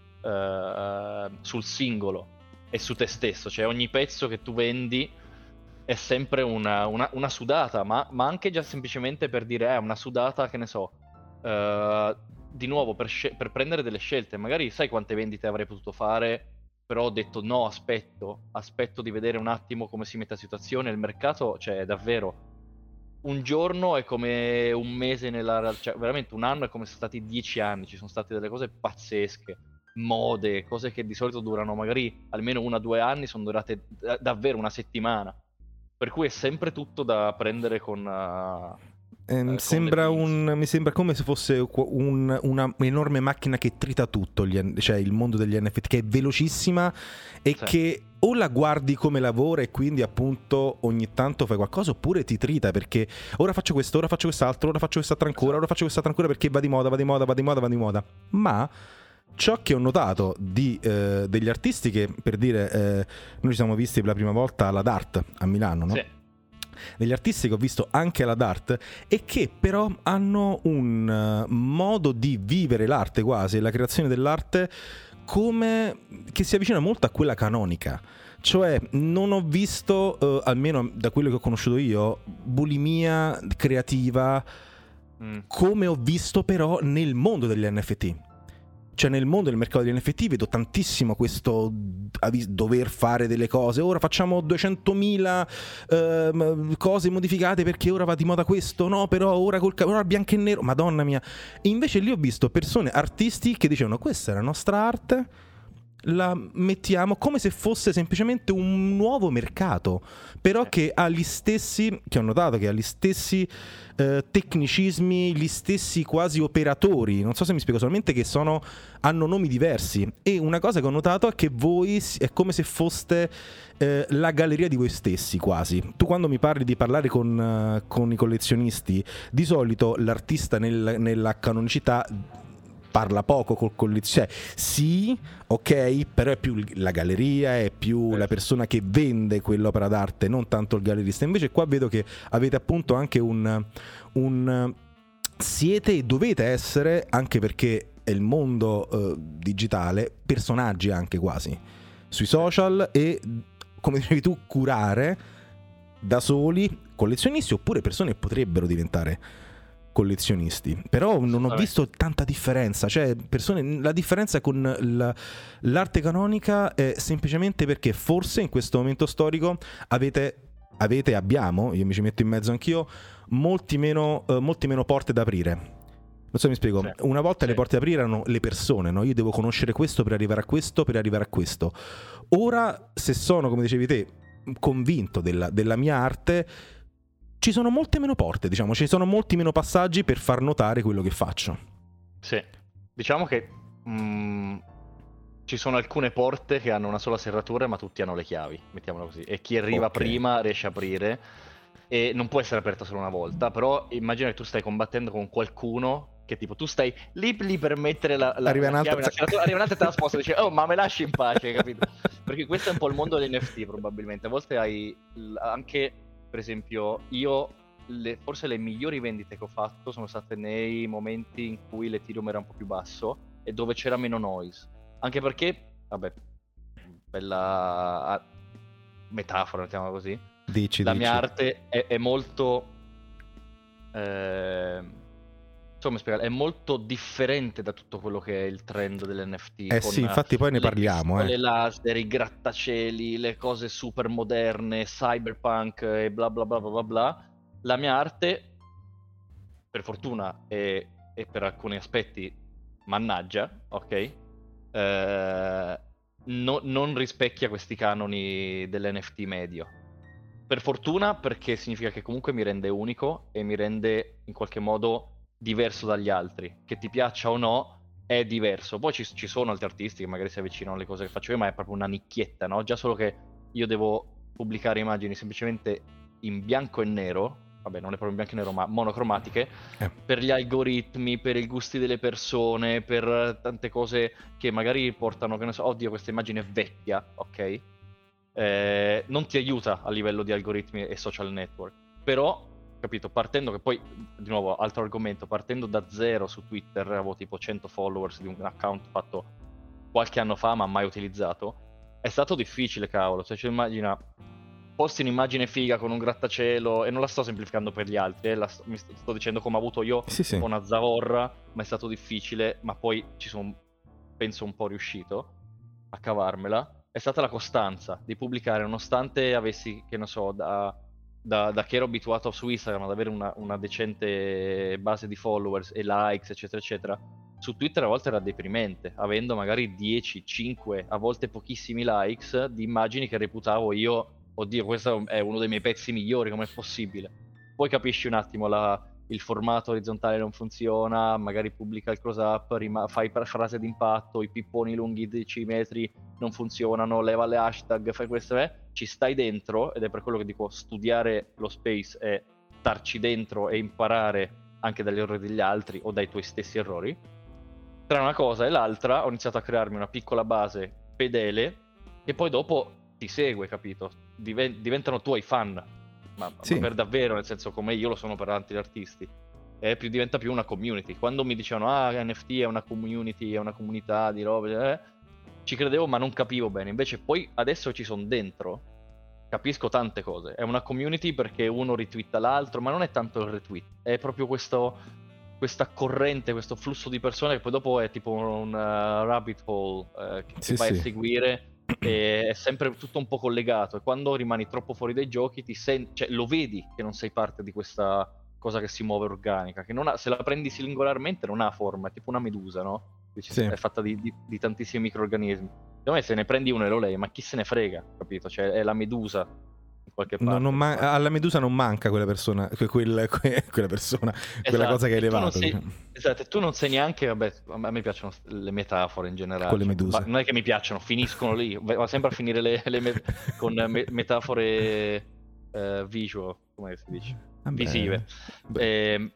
[SPEAKER 2] eh, sul singolo e su te stesso, cioè ogni pezzo che tu vendi è sempre una, una, una sudata, ma, ma anche già semplicemente per dire, è eh, una sudata, che ne so, eh, di nuovo per, sce- per prendere delle scelte, magari sai quante vendite avrei potuto fare, però ho detto no, aspetto, aspetto di vedere un attimo come si mette la situazione, il mercato, cioè davvero, un giorno è come un mese nella realtà, cioè veramente un anno è come se sono stati dieci anni, ci sono state delle cose pazzesche, mode, cose che di solito durano magari almeno uno o due anni, sono durate da- davvero una settimana, per cui è sempre tutto da prendere con... uh,
[SPEAKER 1] Ehm,
[SPEAKER 2] eh, con le
[SPEAKER 1] sembra
[SPEAKER 2] pinze.
[SPEAKER 1] un, mi sembra come se fosse qu- un- una enorme macchina che trita tutto, gli N- cioè il mondo degli N F T, che è velocissima e
[SPEAKER 2] Sì.
[SPEAKER 1] che o la guardi come lavora e quindi appunto ogni tanto fai qualcosa, oppure ti trita perché ora faccio questo, ora faccio quest'altro, ora faccio quest'altro ancora,
[SPEAKER 2] Esatto.
[SPEAKER 1] ora faccio quest'altro ancora perché va di moda, va di moda, va di moda, va di moda. Ma ciò che ho notato di, eh, degli artisti che, per dire, eh, noi ci siamo visti per la prima volta alla Dart a Milano, no?
[SPEAKER 2] Sì.
[SPEAKER 1] Degli artisti che ho visto anche alla Dart e che però hanno un uh, modo di vivere l'arte quasi, la creazione dell'arte come che si avvicina molto a quella canonica. Cioè non ho visto, uh, almeno da quello che ho conosciuto io, bulimia creativa
[SPEAKER 2] Mm.
[SPEAKER 1] come ho visto però nel mondo degli N F T. Cioè nel mondo del mercato degli N F T vedo tantissimo questo dover fare delle cose. Ora facciamo duecentomila uh, cose modificate perché ora va di moda questo. No, però ora col ora bianco e nero. Madonna mia. E invece lì ho visto persone, artisti che dicevano questa è la nostra arte, la mettiamo come se fosse semplicemente un nuovo mercato, però che ha gli stessi, che ho notato che ha gli stessi eh, tecnicismi, gli stessi quasi operatori, non so se mi spiego, solamente che sono, hanno nomi diversi. E una cosa che ho notato è che voi è come se foste eh, la galleria di voi stessi quasi. Tu quando mi parli di parlare con, uh, con i collezionisti, di solito l'artista nel, nella canonicità parla poco col collezionista, cioè, sì, ok, però è più la galleria, è più
[SPEAKER 2] Certo.
[SPEAKER 1] la persona che vende quell'opera d'arte, non tanto il gallerista. Invece qua vedo che avete appunto anche un, un siete e dovete essere, anche perché è il mondo uh, digitale, personaggi anche quasi sui social e, come dicevi tu, curare da soli collezionisti oppure persone che potrebbero diventare collezionisti. Però non ho visto tanta differenza, cioè persone, la differenza con la, l'arte canonica è semplicemente perché forse in questo momento storico avete avete abbiamo, io mi ci metto in mezzo anch'io, molti meno uh, molti meno porte da aprire. Non so se mi spiego.
[SPEAKER 2] Sì.
[SPEAKER 1] Una volta
[SPEAKER 2] Sì.
[SPEAKER 1] le porte da aprire erano le persone, no? Io devo conoscere questo per arrivare a questo, per arrivare a questo. Ora, se sono, come dicevi te, convinto della, della mia arte, ci sono molte meno porte, diciamo, ci sono molti meno passaggi per far notare quello che faccio.
[SPEAKER 2] Sì, diciamo che mm, ci sono alcune porte che hanno una sola serratura, ma tutti hanno le chiavi, mettiamolo così. E chi arriva
[SPEAKER 1] Ok.
[SPEAKER 2] prima riesce a aprire, e non può essere aperta solo una volta. Però immagina che tu stai combattendo con qualcuno che tipo tu stai lì lì per mettere la, la,
[SPEAKER 1] Arriva
[SPEAKER 2] la
[SPEAKER 1] un'altra-
[SPEAKER 2] chiave nella serratura, arriva un'altra e te la sposta e dice oh ma me lasci in pace, capito? Perché questo è un po' il mondo degli N F T probabilmente. A volte hai l- anche, per esempio, io le, forse le migliori vendite che ho fatto sono state nei momenti in cui l'Ethereum era un po' più basso e dove c'era meno noise. Anche perché, vabbè, bella ah, metafora, mettiamola così.
[SPEAKER 1] Dici,
[SPEAKER 2] La
[SPEAKER 1] dici.
[SPEAKER 2] mia arte è, è molto eh, insomma spiegare, è molto differente da tutto quello che è il trend dell'N F T.
[SPEAKER 1] Eh
[SPEAKER 2] con
[SPEAKER 1] sì, infatti poi ne
[SPEAKER 2] le
[SPEAKER 1] parliamo,
[SPEAKER 2] pistole
[SPEAKER 1] eh.
[SPEAKER 2] laser, i grattacieli, le cose super moderne, cyberpunk e bla bla bla bla bla bla. La mia arte, per fortuna e, e per alcuni aspetti, mannaggia, ok? Eh, no- non rispecchia questi canoni dell'N F T medio. Per fortuna, perché significa che comunque mi rende unico e mi rende in qualche modo diverso dagli altri. Che ti piaccia o no, è diverso. Poi ci, ci sono altri artisti che magari si avvicinano alle cose che faccio io, ma è proprio una nicchietta, no? Già solo che io devo pubblicare immagini semplicemente in bianco e nero, vabbè, non è proprio in bianco e nero, ma monocromatiche,
[SPEAKER 1] Eh.
[SPEAKER 2] per gli algoritmi, per i gusti delle persone, per tante cose che magari portano, che ne so, oddio, questa immagine è vecchia, ok? Eh, non ti aiuta a livello di algoritmi e social network, però capito? Partendo che poi, di nuovo, altro argomento, partendo da zero su Twitter, avevo tipo cento followers di un account fatto qualche anno fa ma mai utilizzato, è stato difficile, cavolo, cioè, cioè immagina, posti un'immagine figa con un grattacielo, e non la sto semplificando per gli altri, eh, la sto, mi sto, sto dicendo come ho avuto io
[SPEAKER 1] Sì, sì.
[SPEAKER 2] una zavorra, ma è stato difficile, ma poi ci sono, penso, un po' riuscito a cavarmela. È stata la costanza di pubblicare, nonostante avessi, che ne so, da, da, da che ero abituato su Instagram ad avere una, una decente base di followers e likes, eccetera, eccetera. Su Twitter a volte era deprimente, avendo magari dieci, cinque, a volte pochissimi likes di immagini che reputavo io, oddio, questo è uno dei miei pezzi migliori, com'è possibile? Poi capisci un attimo la, il formato orizzontale non funziona, magari pubblica il close-up, rima- fai frase d'impatto, i pipponi lunghi di dieci metri non funzionano, leva le hashtag, fai questo, eh, ci stai dentro, ed è per quello che dico studiare lo space è starci dentro e imparare anche dagli errori degli altri o dai tuoi stessi errori. Tra una cosa e l'altra ho iniziato a crearmi una piccola base fedele che poi dopo ti segue, capito? Diven- diventano tuoi fan, ma,
[SPEAKER 1] Sì.
[SPEAKER 2] ma per davvero, nel senso come io lo sono per altri artisti. E più, diventa più una community. Quando mi dicevano ah, N F T è una community, è una comunità di robe, eh, ci credevo ma non capivo bene. Invece poi adesso ci sono dentro, capisco tante cose. È una community perché uno retweeta l'altro, ma non è tanto il retweet, è proprio questo, questa corrente, questo flusso di persone che poi dopo è tipo un uh, rabbit hole uh, che,
[SPEAKER 1] Sì,
[SPEAKER 2] che vai
[SPEAKER 1] sì.
[SPEAKER 2] a seguire, e è sempre tutto un po' collegato, e quando rimani troppo fuori dai giochi ti senti, cioè lo vedi che non sei parte di questa cosa che si muove organica, che non ha, se la prendi singolarmente non ha forma, è tipo una medusa, no? Dici,
[SPEAKER 1] Sì.
[SPEAKER 2] è fatta di, di, di tantissimi microrganismi. Secondo me se ne prendi uno e lo lei, ma chi se ne frega, capito? Cioè è la medusa in qualche parte.
[SPEAKER 1] No, non man- alla medusa non manca quella persona, que- quel- que- quella persona, quella
[SPEAKER 2] Esatto,
[SPEAKER 1] cosa che hai
[SPEAKER 2] e tu non
[SPEAKER 1] levato.
[SPEAKER 2] sei-
[SPEAKER 1] diciamo.
[SPEAKER 2] Esatto, e tu non sai neanche, vabbè, a me piacciono le metafore in generale.
[SPEAKER 1] Con le
[SPEAKER 2] cioè,
[SPEAKER 1] meduse.
[SPEAKER 2] ma non è che mi piacciono, finiscono lì, va sempre a finire le, le me- con me- metafore eh, visual, come si dice,
[SPEAKER 1] Vabbè,
[SPEAKER 2] visive.
[SPEAKER 1] beh.
[SPEAKER 2] E,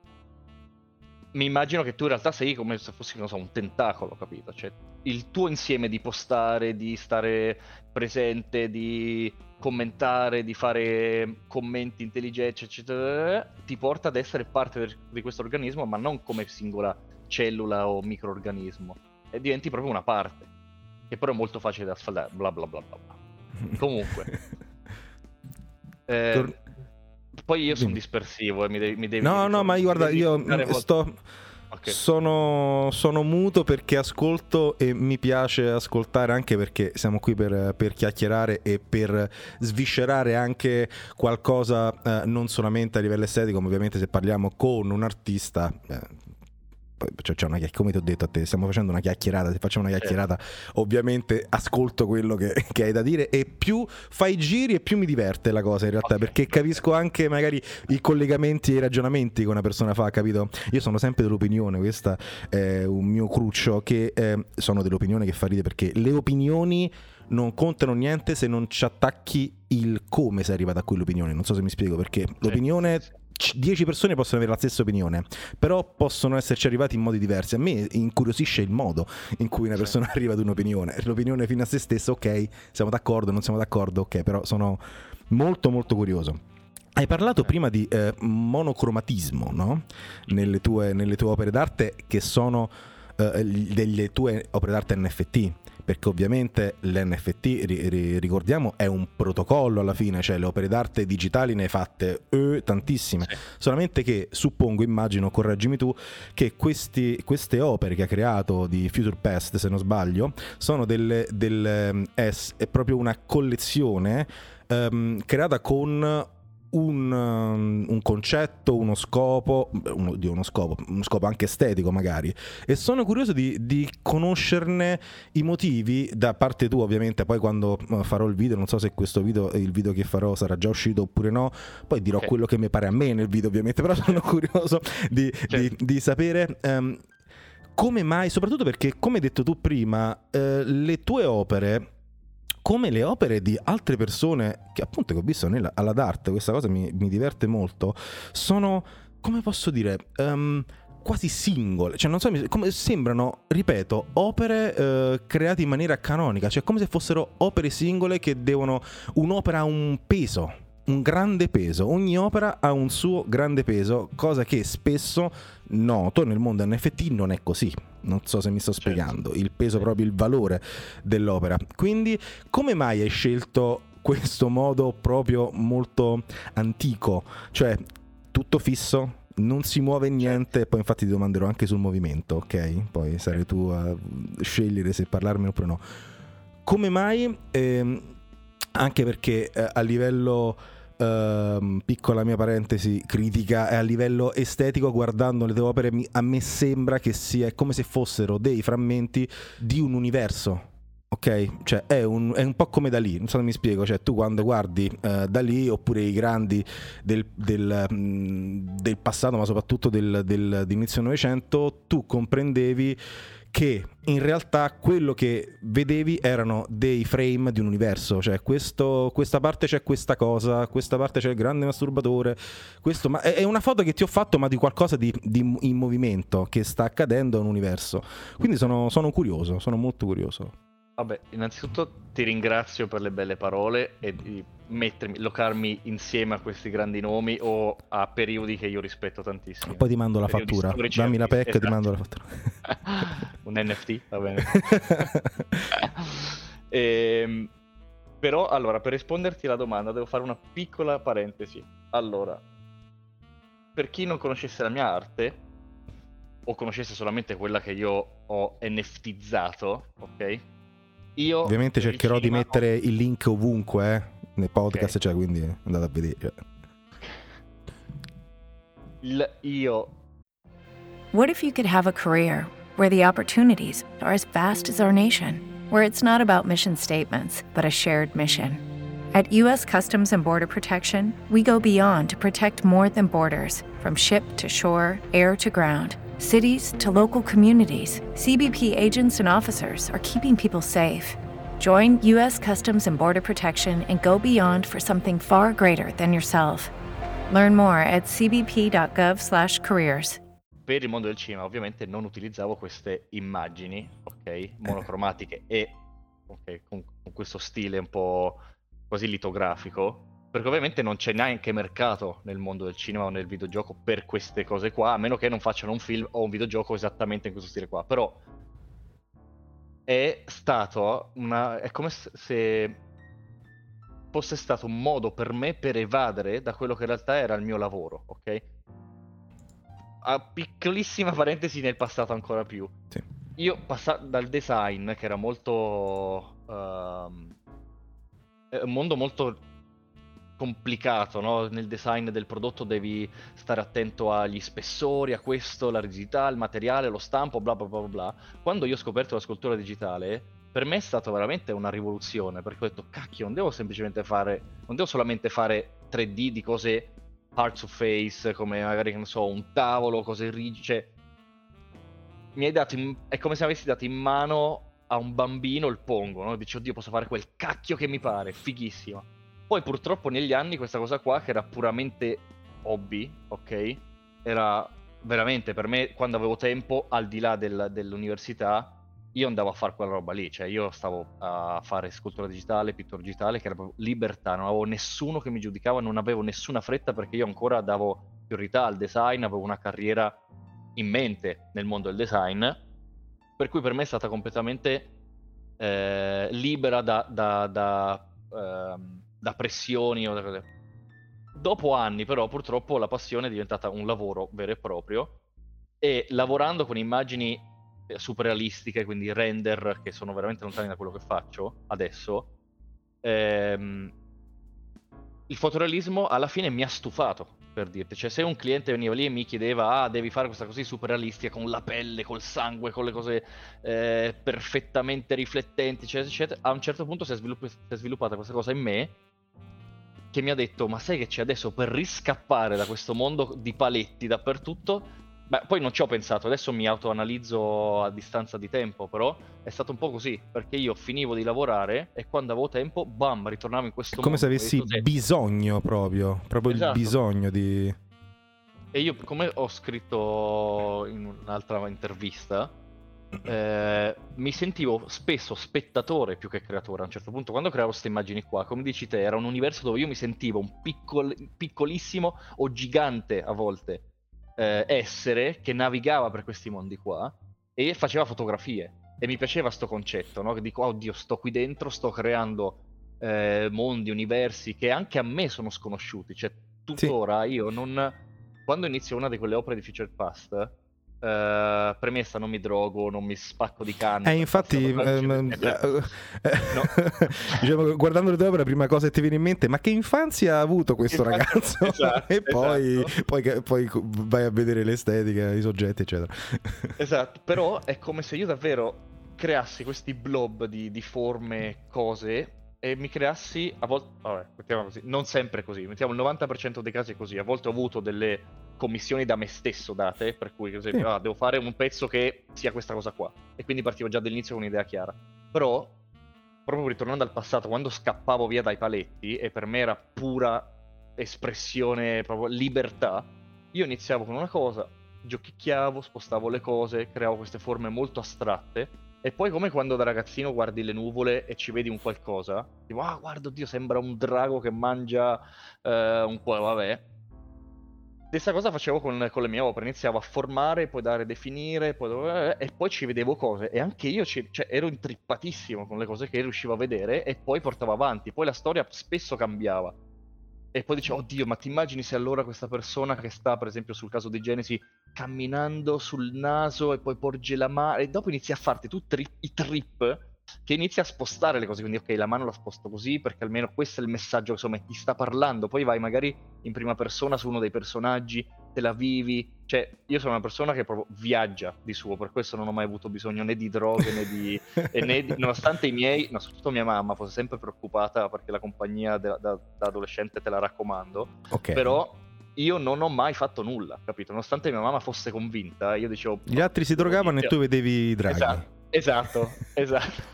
[SPEAKER 2] mi immagino che tu in realtà sei come se fossi, non so, un tentacolo, capito? Cioè, il tuo insieme di postare, di stare presente, di commentare, di fare commenti intelligenti, eccetera, ti porta ad essere parte del- di questo organismo, ma non come singola cellula o microorganismo. E diventi proprio una parte, che però è molto facile da sfaldare, bla bla bla bla bla. Comunque. Eh,
[SPEAKER 1] Tor-
[SPEAKER 2] poi io sono
[SPEAKER 1] Dimmi.
[SPEAKER 2] dispersivo e mi devi, mi devi
[SPEAKER 1] No, no, ma io, guarda,
[SPEAKER 2] devi
[SPEAKER 1] io
[SPEAKER 2] dare
[SPEAKER 1] mm,
[SPEAKER 2] vol-
[SPEAKER 1] sto...
[SPEAKER 2] Ok.
[SPEAKER 1] Sono, sono muto perché ascolto e mi piace ascoltare, anche perché siamo qui per, per chiacchierare e per sviscerare anche qualcosa, eh, non solamente a livello estetico, ma ovviamente se parliamo con un artista... eh, poi cioè, c'è una chiacchierata, come ti ho detto a te, stiamo facendo una chiacchierata, se facciamo una chiacchierata ovviamente ascolto quello che, che hai da dire, e più fai giri e più mi diverte la cosa in realtà,
[SPEAKER 2] Ok,
[SPEAKER 1] perché capisco anche magari i collegamenti e i ragionamenti che una persona fa, capito? Io sono sempre dell'opinione, questa è un mio cruccio, che eh, sono dell'opinione che fa ridere, perché le opinioni non contano niente se non ci attacchi il come sei arrivato a quell'opinione. Non so se mi spiego, perché l'opinione, dieci persone possono avere la stessa opinione, però possono esserci arrivati in modi diversi. A me incuriosisce il modo in cui una persona sì. arriva ad un'opinione. L'opinione fino a se stessa, ok, siamo d'accordo, non siamo d'accordo, ok, però sono molto molto curioso. Hai parlato prima di eh, monocromatismo, no? Nelle tue, nelle tue opere d'arte, che sono eh, delle tue opere d'arte N F T, perché ovviamente l'N F T, ri- ri- ricordiamo, è un protocollo alla fine, cioè le opere d'arte digitali ne hai fatte eh, tantissime, sì. Solamente che suppongo, immagino, correggimi tu, che questi, queste opere che ha creato di Future Past, se non sbaglio, sono delle, delle è, è proprio una collezione ehm, creata con Un, um, un concetto, uno scopo, uno, di uno scopo, uno scopo anche estetico magari, e sono curioso di, di conoscerne i motivi da parte tua, ovviamente. Poi quando farò il video, non so se questo video, il video che farò sarà già uscito oppure no, poi dirò okay. quello che mi pare a me nel video, ovviamente, però sono curioso di, certo. di, di sapere um, come mai, soprattutto perché, come hai detto tu prima, uh, le tue opere, come le opere di altre persone che appunto che ho visto nella, alla Dart, questa cosa mi, mi diverte molto, sono, come posso dire, um, quasi singole, cioè non so, come sembrano, ripeto, opere uh, create in maniera canonica, cioè come se fossero opere singole che devono, un'opera ha un peso, un grande peso, ogni opera ha un suo grande peso, cosa che spesso noto nel mondo N F T non è così. Non so se mi sto spiegando, il peso, proprio il valore dell'opera. Quindi come mai hai scelto questo modo proprio molto antico, cioè tutto fisso, non si muove niente? Poi infatti ti domanderò anche sul movimento, ok? Poi sarai tu a scegliere se parlarmene oppure no. Come mai? Ehm, anche perché eh, a livello Uh, piccola mia parentesi critica, e a livello estetico, guardando le tue opere mi, a me sembra che sia è come se fossero dei frammenti di un universo, ok? Cioè è un, è un po' come Dalì, non so se mi spiego, cioè tu quando guardi uh, Dalì oppure i grandi del, del, mh, del passato, ma soprattutto del, del, dell'inizio Novecento, tu comprendevi che in realtà quello che vedevi erano dei frame di un universo, cioè questo, questa parte c'è questa cosa, questa parte c'è il grande masturbatore, questo, ma è una foto che ti ho fatto ma di qualcosa di, di in movimento che sta accadendo in un universo, quindi sono, sono curioso, sono molto curioso.
[SPEAKER 2] Vabbè, innanzitutto ti ringrazio per le belle parole e di mettermi, locarmi insieme a questi grandi nomi o a periodi che io rispetto tantissimo.
[SPEAKER 1] Poi ti mando la
[SPEAKER 2] Periodi
[SPEAKER 1] fattura,
[SPEAKER 2] storici,
[SPEAKER 1] dammi la P E C,
[SPEAKER 2] esatto.
[SPEAKER 1] Ti mando la fattura.
[SPEAKER 2] Un N F T, va bene. ehm, però, allora, per risponderti alla domanda devo fare una piccola parentesi. Allora, per chi non conoscesse la mia arte o conoscesse solamente quella che io ho NFTizzato, ok? Io
[SPEAKER 1] ovviamente cercherò di mettere
[SPEAKER 2] ho...
[SPEAKER 1] il link ovunque eh, nel podcast, okay. Cioè, quindi andate a vedere. Cioè.
[SPEAKER 2] Il, io
[SPEAKER 3] What if you could have a career where the opportunities are as vast as our nation, where it's not about mission statements, but a shared mission? At U S Customs and Border Protection, we go beyond to protect more than borders, from ship to shore, air to ground. Cities to local communities, C B P agents and officers are keeping people safe. Join U S Customs and Border Protection and go beyond for something far greater than yourself. Learn more at c b p dot gov slash careers.
[SPEAKER 2] Per il mondo del cinema ovviamente non utilizzavo queste immagini, ok, monocromatiche e okay, con, con questo stile un po' quasi litografico, perché ovviamente non c'è neanche mercato nel mondo del cinema o nel videogioco per queste cose qua, a meno che non facciano un film o un videogioco esattamente in questo stile qua. Però è stato una... è come se fosse stato un modo per me per evadere da quello che in realtà era il mio lavoro, ok? A piccolissima parentesi nel passato ancora più.
[SPEAKER 1] Sì.
[SPEAKER 2] Io passato dal design, che era molto... Uh, è un mondo molto complicato, no? Nel design del prodotto devi stare attento agli spessori, a questo, la rigidità, il materiale, lo stampo, bla bla bla bla. Quando io ho scoperto la scultura digitale, per me è stata veramente una rivoluzione, perché ho detto, cacchio, non devo semplicemente fare, non devo solamente fare tre D di cose hard to face, come magari, che ne so, un tavolo, cose rigide, cioè, mi hai dato, in... è come se avessi dato in mano a un bambino il Pongo, no? Dici, oddio, posso fare quel cacchio che mi pare, fighissimo. Poi purtroppo negli anni questa cosa qua, che era puramente hobby, ok? Era veramente, per me, quando avevo tempo, al di là del, dell'università, io andavo a fare quella roba lì. Cioè io stavo a fare scultura digitale, pittura digitale, che era proprio libertà. Non avevo nessuno che mi giudicava, non avevo nessuna fretta, perché io ancora davo priorità al design, avevo una carriera in mente nel mondo del design, per cui per me è stata completamente eh, libera da... da, da ehm, da pressioni o da cose. Dopo anni però purtroppo la passione è diventata un lavoro vero e proprio, e lavorando con immagini super realistiche, quindi render che sono veramente lontani da quello che faccio adesso, ehm, il fotorealismo alla fine mi ha stufato, per dirti. Cioè, se un cliente veniva lì e mi chiedeva, ah, devi fare questa così super realistica con la pelle, col sangue, con le cose eh, perfettamente riflettenti, eccetera, eccetera, a un certo punto si è, svilupp- si è sviluppata questa cosa in me che mi ha detto, ma sai che c'è adesso, per riscappare da questo mondo di paletti dappertutto? Beh, poi non ci ho pensato, adesso mi autoanalizzo a distanza di tempo, però è stato un po' così, perché io finivo di lavorare e quando avevo tempo, bam, ritornavo in questo
[SPEAKER 1] come
[SPEAKER 2] mondo.
[SPEAKER 1] Come se avessi
[SPEAKER 2] detto,
[SPEAKER 1] bisogno proprio, proprio esatto. Il bisogno di...
[SPEAKER 2] E io, come ho scritto in un'altra intervista, eh, mi sentivo spesso spettatore più che creatore. A un certo punto, quando creavo queste immagini qua, come dici te, era un universo dove io mi sentivo un piccol- piccolissimo o gigante a volte eh, essere che navigava per questi mondi qua e faceva fotografie. E mi piaceva sto concetto, no? Che dico, oddio, sto qui dentro, sto creando eh, mondi, universi che anche a me sono sconosciuti. Cioè, tuttora sì. Io non... Quando inizio una di quelle opere di Future Past... Uh, premessa, non mi drogo, non mi spacco di canne.
[SPEAKER 1] Eh, infatti, ehm,
[SPEAKER 2] no.
[SPEAKER 1] diciamo, guardando le tue opere, la prima cosa che ti viene in mente, ma che infanzia ha avuto questo infatti, ragazzo? Esatto, e poi, esatto. poi, poi vai a vedere l'estetica, i soggetti, eccetera.
[SPEAKER 2] Esatto, però è come se io davvero creassi questi blob di, di forme, cose, e mi creassi a volte, vabbè, mettiamo così, non sempre così, mettiamo il novanta per cento dei casi così. A volte ho avuto delle commissioni da me stesso date, per cui, per esempio, ah, devo fare un pezzo che sia questa cosa qua, e quindi partivo già dall'inizio con un'idea chiara. Però, proprio ritornando al passato, quando scappavo via dai paletti, e per me era pura espressione, proprio libertà, io iniziavo con una cosa, giochicchiavo, spostavo le cose, creavo queste forme molto astratte. E poi, come quando da ragazzino guardi le nuvole e ci vedi un qualcosa, tipo, ah, guarda, oddio, sembra un drago che mangia eh, un po', vabbè. Stessa cosa facevo con, con le mie opere, iniziavo a formare, poi dare, definire, poi, eh, e poi ci vedevo cose. E anche io ci, cioè, ero intrippatissimo con le cose che riuscivo a vedere e poi portavo avanti. Poi la storia spesso cambiava. E poi dicevo, oddio, ma ti immagini se allora questa persona che sta, per esempio, sul caso di Genesi, camminando sul naso e poi porge la mano, e dopo inizi a farti tu tri- i trip che inizi a spostare le cose, quindi ok, la mano la sposto così perché almeno questo è il messaggio che insomma ti sta parlando. Poi vai magari in prima persona su uno dei personaggi, te la vivi. Cioè, io sono una persona che proprio viaggia di suo, per questo non ho mai avuto bisogno né di droghe né di, e né di... nonostante i miei, no, soprattutto mia mamma fosse sempre preoccupata perché la compagnia da, da, da adolescente te la raccomando, okay. Però io non ho mai fatto nulla, capito? Nonostante mia mamma fosse convinta, io dicevo,
[SPEAKER 1] gli altri si drogavano e tu vedevi i draghi.
[SPEAKER 2] Esatto. Esatto, esatto.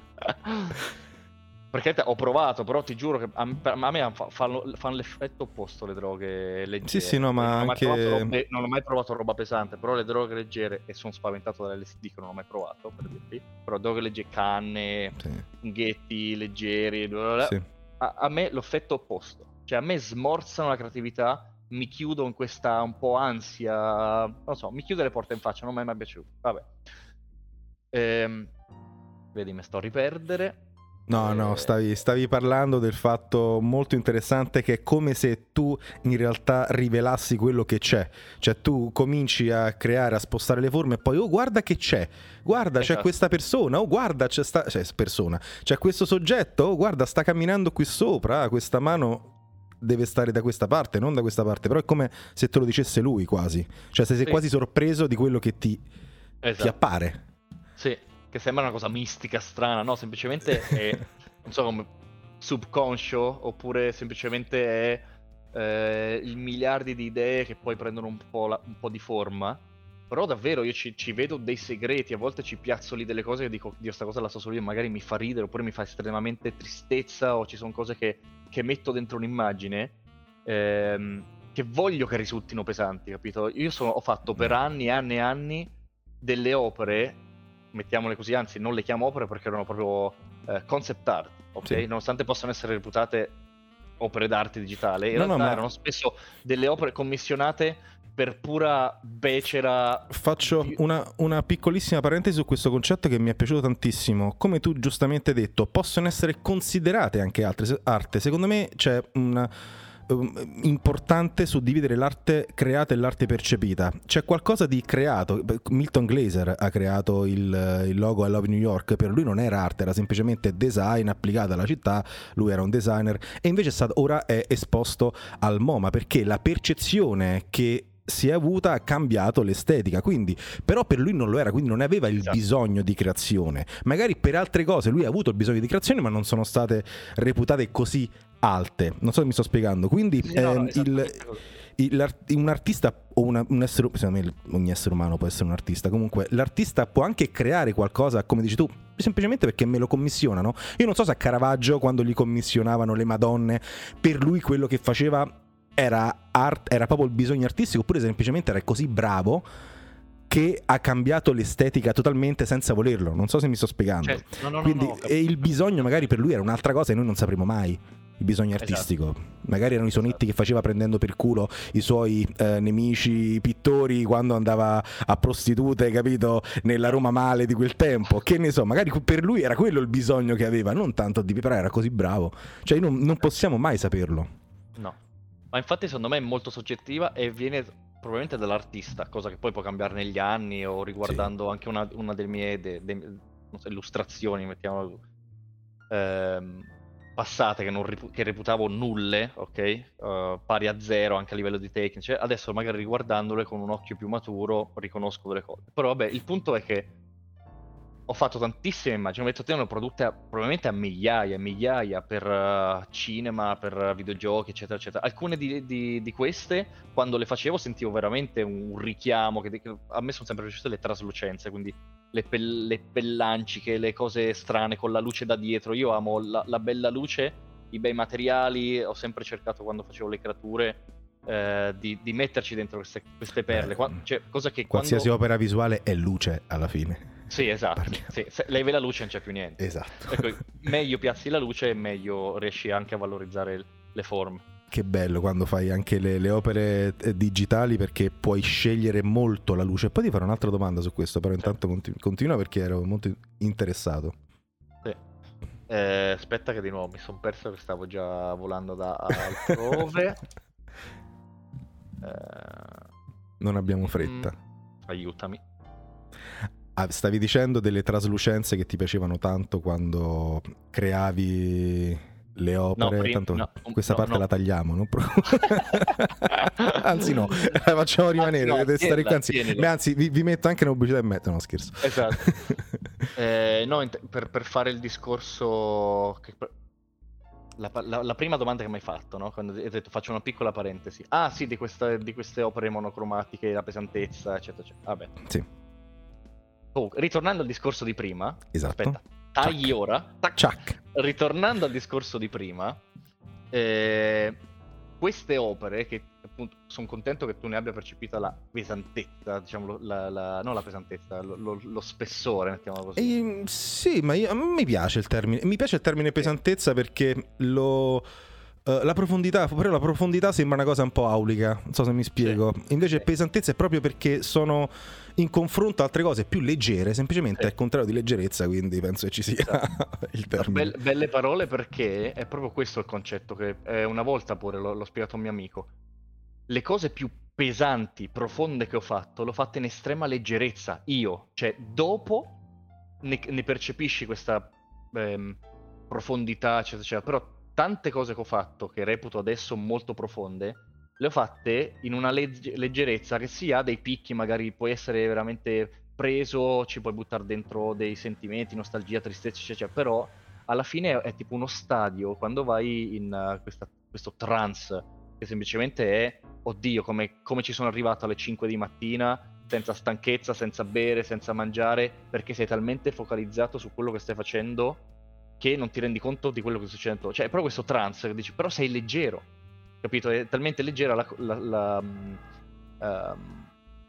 [SPEAKER 2] Perché ho provato, però ti giuro che a me, a me fanno, fanno l'effetto opposto le droghe leggere.
[SPEAKER 1] Sì, sì, no, ma
[SPEAKER 2] non
[SPEAKER 1] anche...
[SPEAKER 2] Ho robe, non ho mai provato roba pesante, però le droghe leggere, e sono spaventato dall'L S D che non ho mai provato, per dirti, però droghe leggere, canne, sì. Funghetti leggeri, bla bla bla, sì. a, a me l'effetto opposto. Cioè a me smorzano la creatività, mi chiudo in questa un po' ansia, non so, mi chiude le porte in faccia, non mi è mai piaciuto. Vabbè. Ehm, vedi, mi sto a riperdere.
[SPEAKER 1] No, no, stavi, stavi parlando del fatto molto interessante che è come se tu in realtà rivelassi quello che c'è. Cioè tu cominci a creare, a spostare le forme e poi, oh guarda che c'è, guarda esatto. C'è questa persona, oh guarda c'è sta... cioè persona, c'è questo soggetto, oh guarda sta camminando qui sopra, ah, questa mano deve stare da questa parte, non da questa parte. Però è come se te lo dicesse lui quasi. Cioè sei, sei sì. quasi sorpreso di quello che ti, esatto. ti appare.
[SPEAKER 2] Sì, che sembra una cosa mistica, strana, no? Semplicemente è, non so, come subconscio, oppure semplicemente è eh, il miliardi di idee che poi prendono un po', la, un po' di forma. Però davvero io ci, ci vedo dei segreti, a volte ci piazzo lì delle cose che dico, Dio, sta cosa la so solo io, magari mi fa ridere, oppure mi fa estremamente tristezza, o ci sono cose che, che metto dentro un'immagine ehm, che voglio che risultino pesanti, capito? Io sono, ho fatto per anni e anni e anni delle opere, mettiamole così, anzi non le chiamo opere perché erano proprio eh, concept art, ok? Sì. Nonostante possano essere reputate opere d'arte digitale, in no, realtà no, ma... erano spesso delle opere commissionate per pura becera.
[SPEAKER 1] Faccio una, una piccolissima parentesi su questo concetto che mi è piaciuto tantissimo. Come tu giustamente hai detto, possono essere considerate anche altre arte. Secondo me c'è una importante suddividere l'arte creata e l'arte percepita. C'è qualcosa di creato. Milton Glaser ha creato il, il logo I Love New York. Per lui non era arte, era semplicemente design applicato alla città. Lui era un designer e invece è stato, ora è esposto al MoMA perché la percezione che si è avuta ha cambiato l'estetica, quindi però per lui non lo era, quindi non aveva il esatto. bisogno di creazione. Magari per altre cose lui ha avuto il bisogno di creazione, ma non sono state reputate così alte. Non so se mi sto spiegando. Quindi sì, no, ehm, il, il, un artista o una, un essere, secondo me ogni essere umano può essere un artista. Comunque l'artista può anche creare qualcosa, come dici tu, semplicemente perché me lo commissionano. Io non so se a Caravaggio, quando gli commissionavano le Madonne, per lui quello che faceva era art, era proprio il bisogno artistico, oppure semplicemente era così bravo che ha cambiato l'estetica totalmente senza volerlo, non so se mi sto spiegando.
[SPEAKER 2] Certo. No, no,
[SPEAKER 1] Quindi
[SPEAKER 2] no, no,
[SPEAKER 1] e il bisogno magari per lui era un'altra cosa e noi non sapremo mai il bisogno
[SPEAKER 2] Esatto.
[SPEAKER 1] artistico. Magari erano i sonetti
[SPEAKER 2] Esatto.
[SPEAKER 1] che faceva prendendo per culo i suoi eh, nemici pittori quando andava a prostitute, capito, nella Roma male di quel tempo, che ne so, magari per lui era quello il bisogno che aveva, non tanto di, però era così bravo, cioè non, non possiamo mai saperlo.
[SPEAKER 2] No, ma infatti secondo me è molto soggettiva e viene probabilmente dall'artista, cosa che poi può cambiare negli anni o riguardando sì. anche una, una delle mie de, de, non so, illustrazioni, mettiamolo ehm, passate che, non ripu- che reputavo nulle, ok? Uh, pari a zero anche a livello di tecnici. Adesso magari riguardandole con un occhio più maturo riconosco delle cose. Però vabbè, il punto è che ho fatto tantissime immagini, ho detto te ne ho prodotte a, probabilmente a migliaia e migliaia per uh, cinema, per uh, videogiochi, eccetera, eccetera. Alcune di, di, di queste, quando le facevo, sentivo veramente un richiamo, che, che a me sono sempre piaciute le traslucenze, quindi le, pel, le pellanciche, le cose strane con la luce da dietro. Io amo la, la bella luce, i bei materiali, ho sempre cercato quando facevo le creature eh, di, di metterci dentro queste, queste perle. Qua, cioè, cosa che
[SPEAKER 1] qualsiasi
[SPEAKER 2] quando...
[SPEAKER 1] opera visuale è luce alla fine.
[SPEAKER 2] Sì, esatto. Sì, se levi la luce non c'è più niente.
[SPEAKER 1] Esatto.
[SPEAKER 2] Ecco, meglio piazzi la luce e meglio riesci anche a valorizzare le forme.
[SPEAKER 1] Che bello quando fai anche le, le opere digitali, perché puoi scegliere molto la luce. Poi ti farò un'altra domanda su questo, però intanto continu- continua perché ero molto interessato.
[SPEAKER 2] Sì. Eh, aspetta che di nuovo mi sono perso che stavo già volando da altrove. eh...
[SPEAKER 1] Non abbiamo fretta.
[SPEAKER 2] Mm, aiutami.
[SPEAKER 1] Ah, stavi dicendo delle traslucenze che ti piacevano tanto quando creavi le opere.
[SPEAKER 2] No, prim-
[SPEAKER 1] tanto
[SPEAKER 2] no,
[SPEAKER 1] questa
[SPEAKER 2] no,
[SPEAKER 1] parte
[SPEAKER 2] no.
[SPEAKER 1] la tagliamo, no? Anzi no, la facciamo rimanere,
[SPEAKER 2] anzi, no,
[SPEAKER 1] deve stare
[SPEAKER 2] tienila,
[SPEAKER 1] qui. Anzi, beh, anzi vi, vi metto anche una pubblicità e metto, no scherzo.
[SPEAKER 2] Esatto. eh, no, int- per, per fare il discorso che... La, la, la prima domanda che mi hai fatto, no? Quando hai detto faccio una piccola parentesi. Ah sì, di, questa, di queste opere monocromatiche, la pesantezza, eccetera, eccetera. Vabbè.
[SPEAKER 1] Sì.
[SPEAKER 2] Oh, ritornando al discorso di prima,
[SPEAKER 1] esatto.
[SPEAKER 2] Aspetta, tagli Ciak. ora. Tac.
[SPEAKER 1] Ciak.
[SPEAKER 2] Ritornando al discorso di prima, eh, queste opere che appunto sono contento che tu ne abbia percepita la pesantezza, diciamo, la, la, non la pesantezza, lo, lo, lo spessore, mettiamolo così.
[SPEAKER 1] E, sì, ma io, a me mi piace il termine, mi piace il termine pesantezza perché lo... Uh, la profondità, però la profondità sembra una cosa un po' aulica, non so se mi spiego. Sì. Invece sì. pesantezza è proprio perché sono in confronto a altre cose più leggere, semplicemente sì. al contrario di leggerezza, quindi penso che ci sia esatto. il termine.
[SPEAKER 2] Belle, belle parole, perché è proprio questo il concetto che eh, una volta pure l'ho, l'ho spiegato a un mio amico. Le cose più pesanti, profonde che ho fatto, l'ho fatte in estrema leggerezza, io. Cioè, dopo ne, ne percepisci questa ehm, profondità, eccetera, eccetera, però tante cose che ho fatto, che reputo adesso molto profonde, le ho fatte in una legge- leggerezza che si ha dei picchi, magari puoi essere veramente preso, ci puoi buttare dentro dei sentimenti, nostalgia, tristezza, eccetera, però alla fine è, è tipo uno stadio, quando vai in uh, questa, questo trance, che semplicemente è, oddio, come, come ci sono arrivato alle cinque di mattina, senza stanchezza, senza bere, senza mangiare, perché sei talmente focalizzato su quello che stai facendo che non ti rendi conto di quello che sta succedendo. Cioè, è proprio questo trance che dici, però sei leggero, capito? È talmente leggera la, la, la um, um,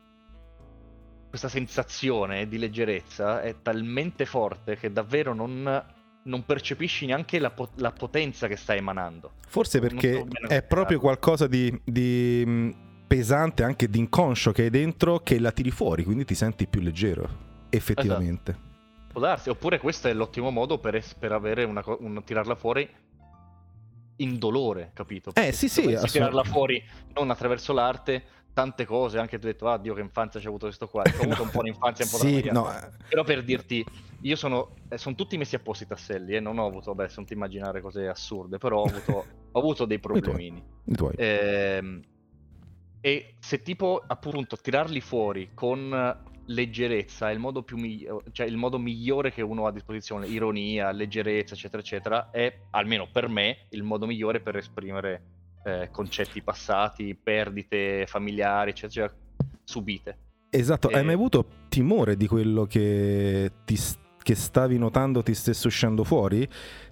[SPEAKER 2] questa sensazione di leggerezza è talmente forte che davvero non, non percepisci neanche la, po- la potenza che stai emanando.
[SPEAKER 1] Forse perché è proprio qualcosa di, di pesante, anche di inconscio che hai dentro, che la tiri fuori, quindi ti senti più leggero, effettivamente.
[SPEAKER 2] Esatto. Può darsi, oppure questo è l'ottimo modo per, es- per avere una, co- una tirarla fuori indolore, capito?
[SPEAKER 1] Perché eh sì sì,
[SPEAKER 2] tirarla fuori non attraverso l'arte, tante cose, anche tu hai detto, ah Dio che infanzia c'è avuto questo qua, ho avuto no. un po' l'infanzia un po'
[SPEAKER 1] sì,
[SPEAKER 2] da
[SPEAKER 1] no.
[SPEAKER 2] Però per dirti, io sono, eh, sono tutti messi a posto i tasselli, eh, non ho avuto, beh, non ti immaginare cose assurde, però ho avuto, ho avuto dei problemini.
[SPEAKER 1] I tuoi. I tuoi.
[SPEAKER 2] Eh, e se tipo appunto tirarli fuori con leggerezza è il modo più migliore, cioè il modo migliore che uno ha a disposizione, ironia, leggerezza, eccetera, eccetera, è almeno per me il modo migliore per esprimere eh, concetti passati, perdite familiari, eccetera, eccetera subite.
[SPEAKER 1] Esatto,
[SPEAKER 2] e...
[SPEAKER 1] hai mai avuto timore di quello che ti che stavi notando ti stesse uscendo fuori?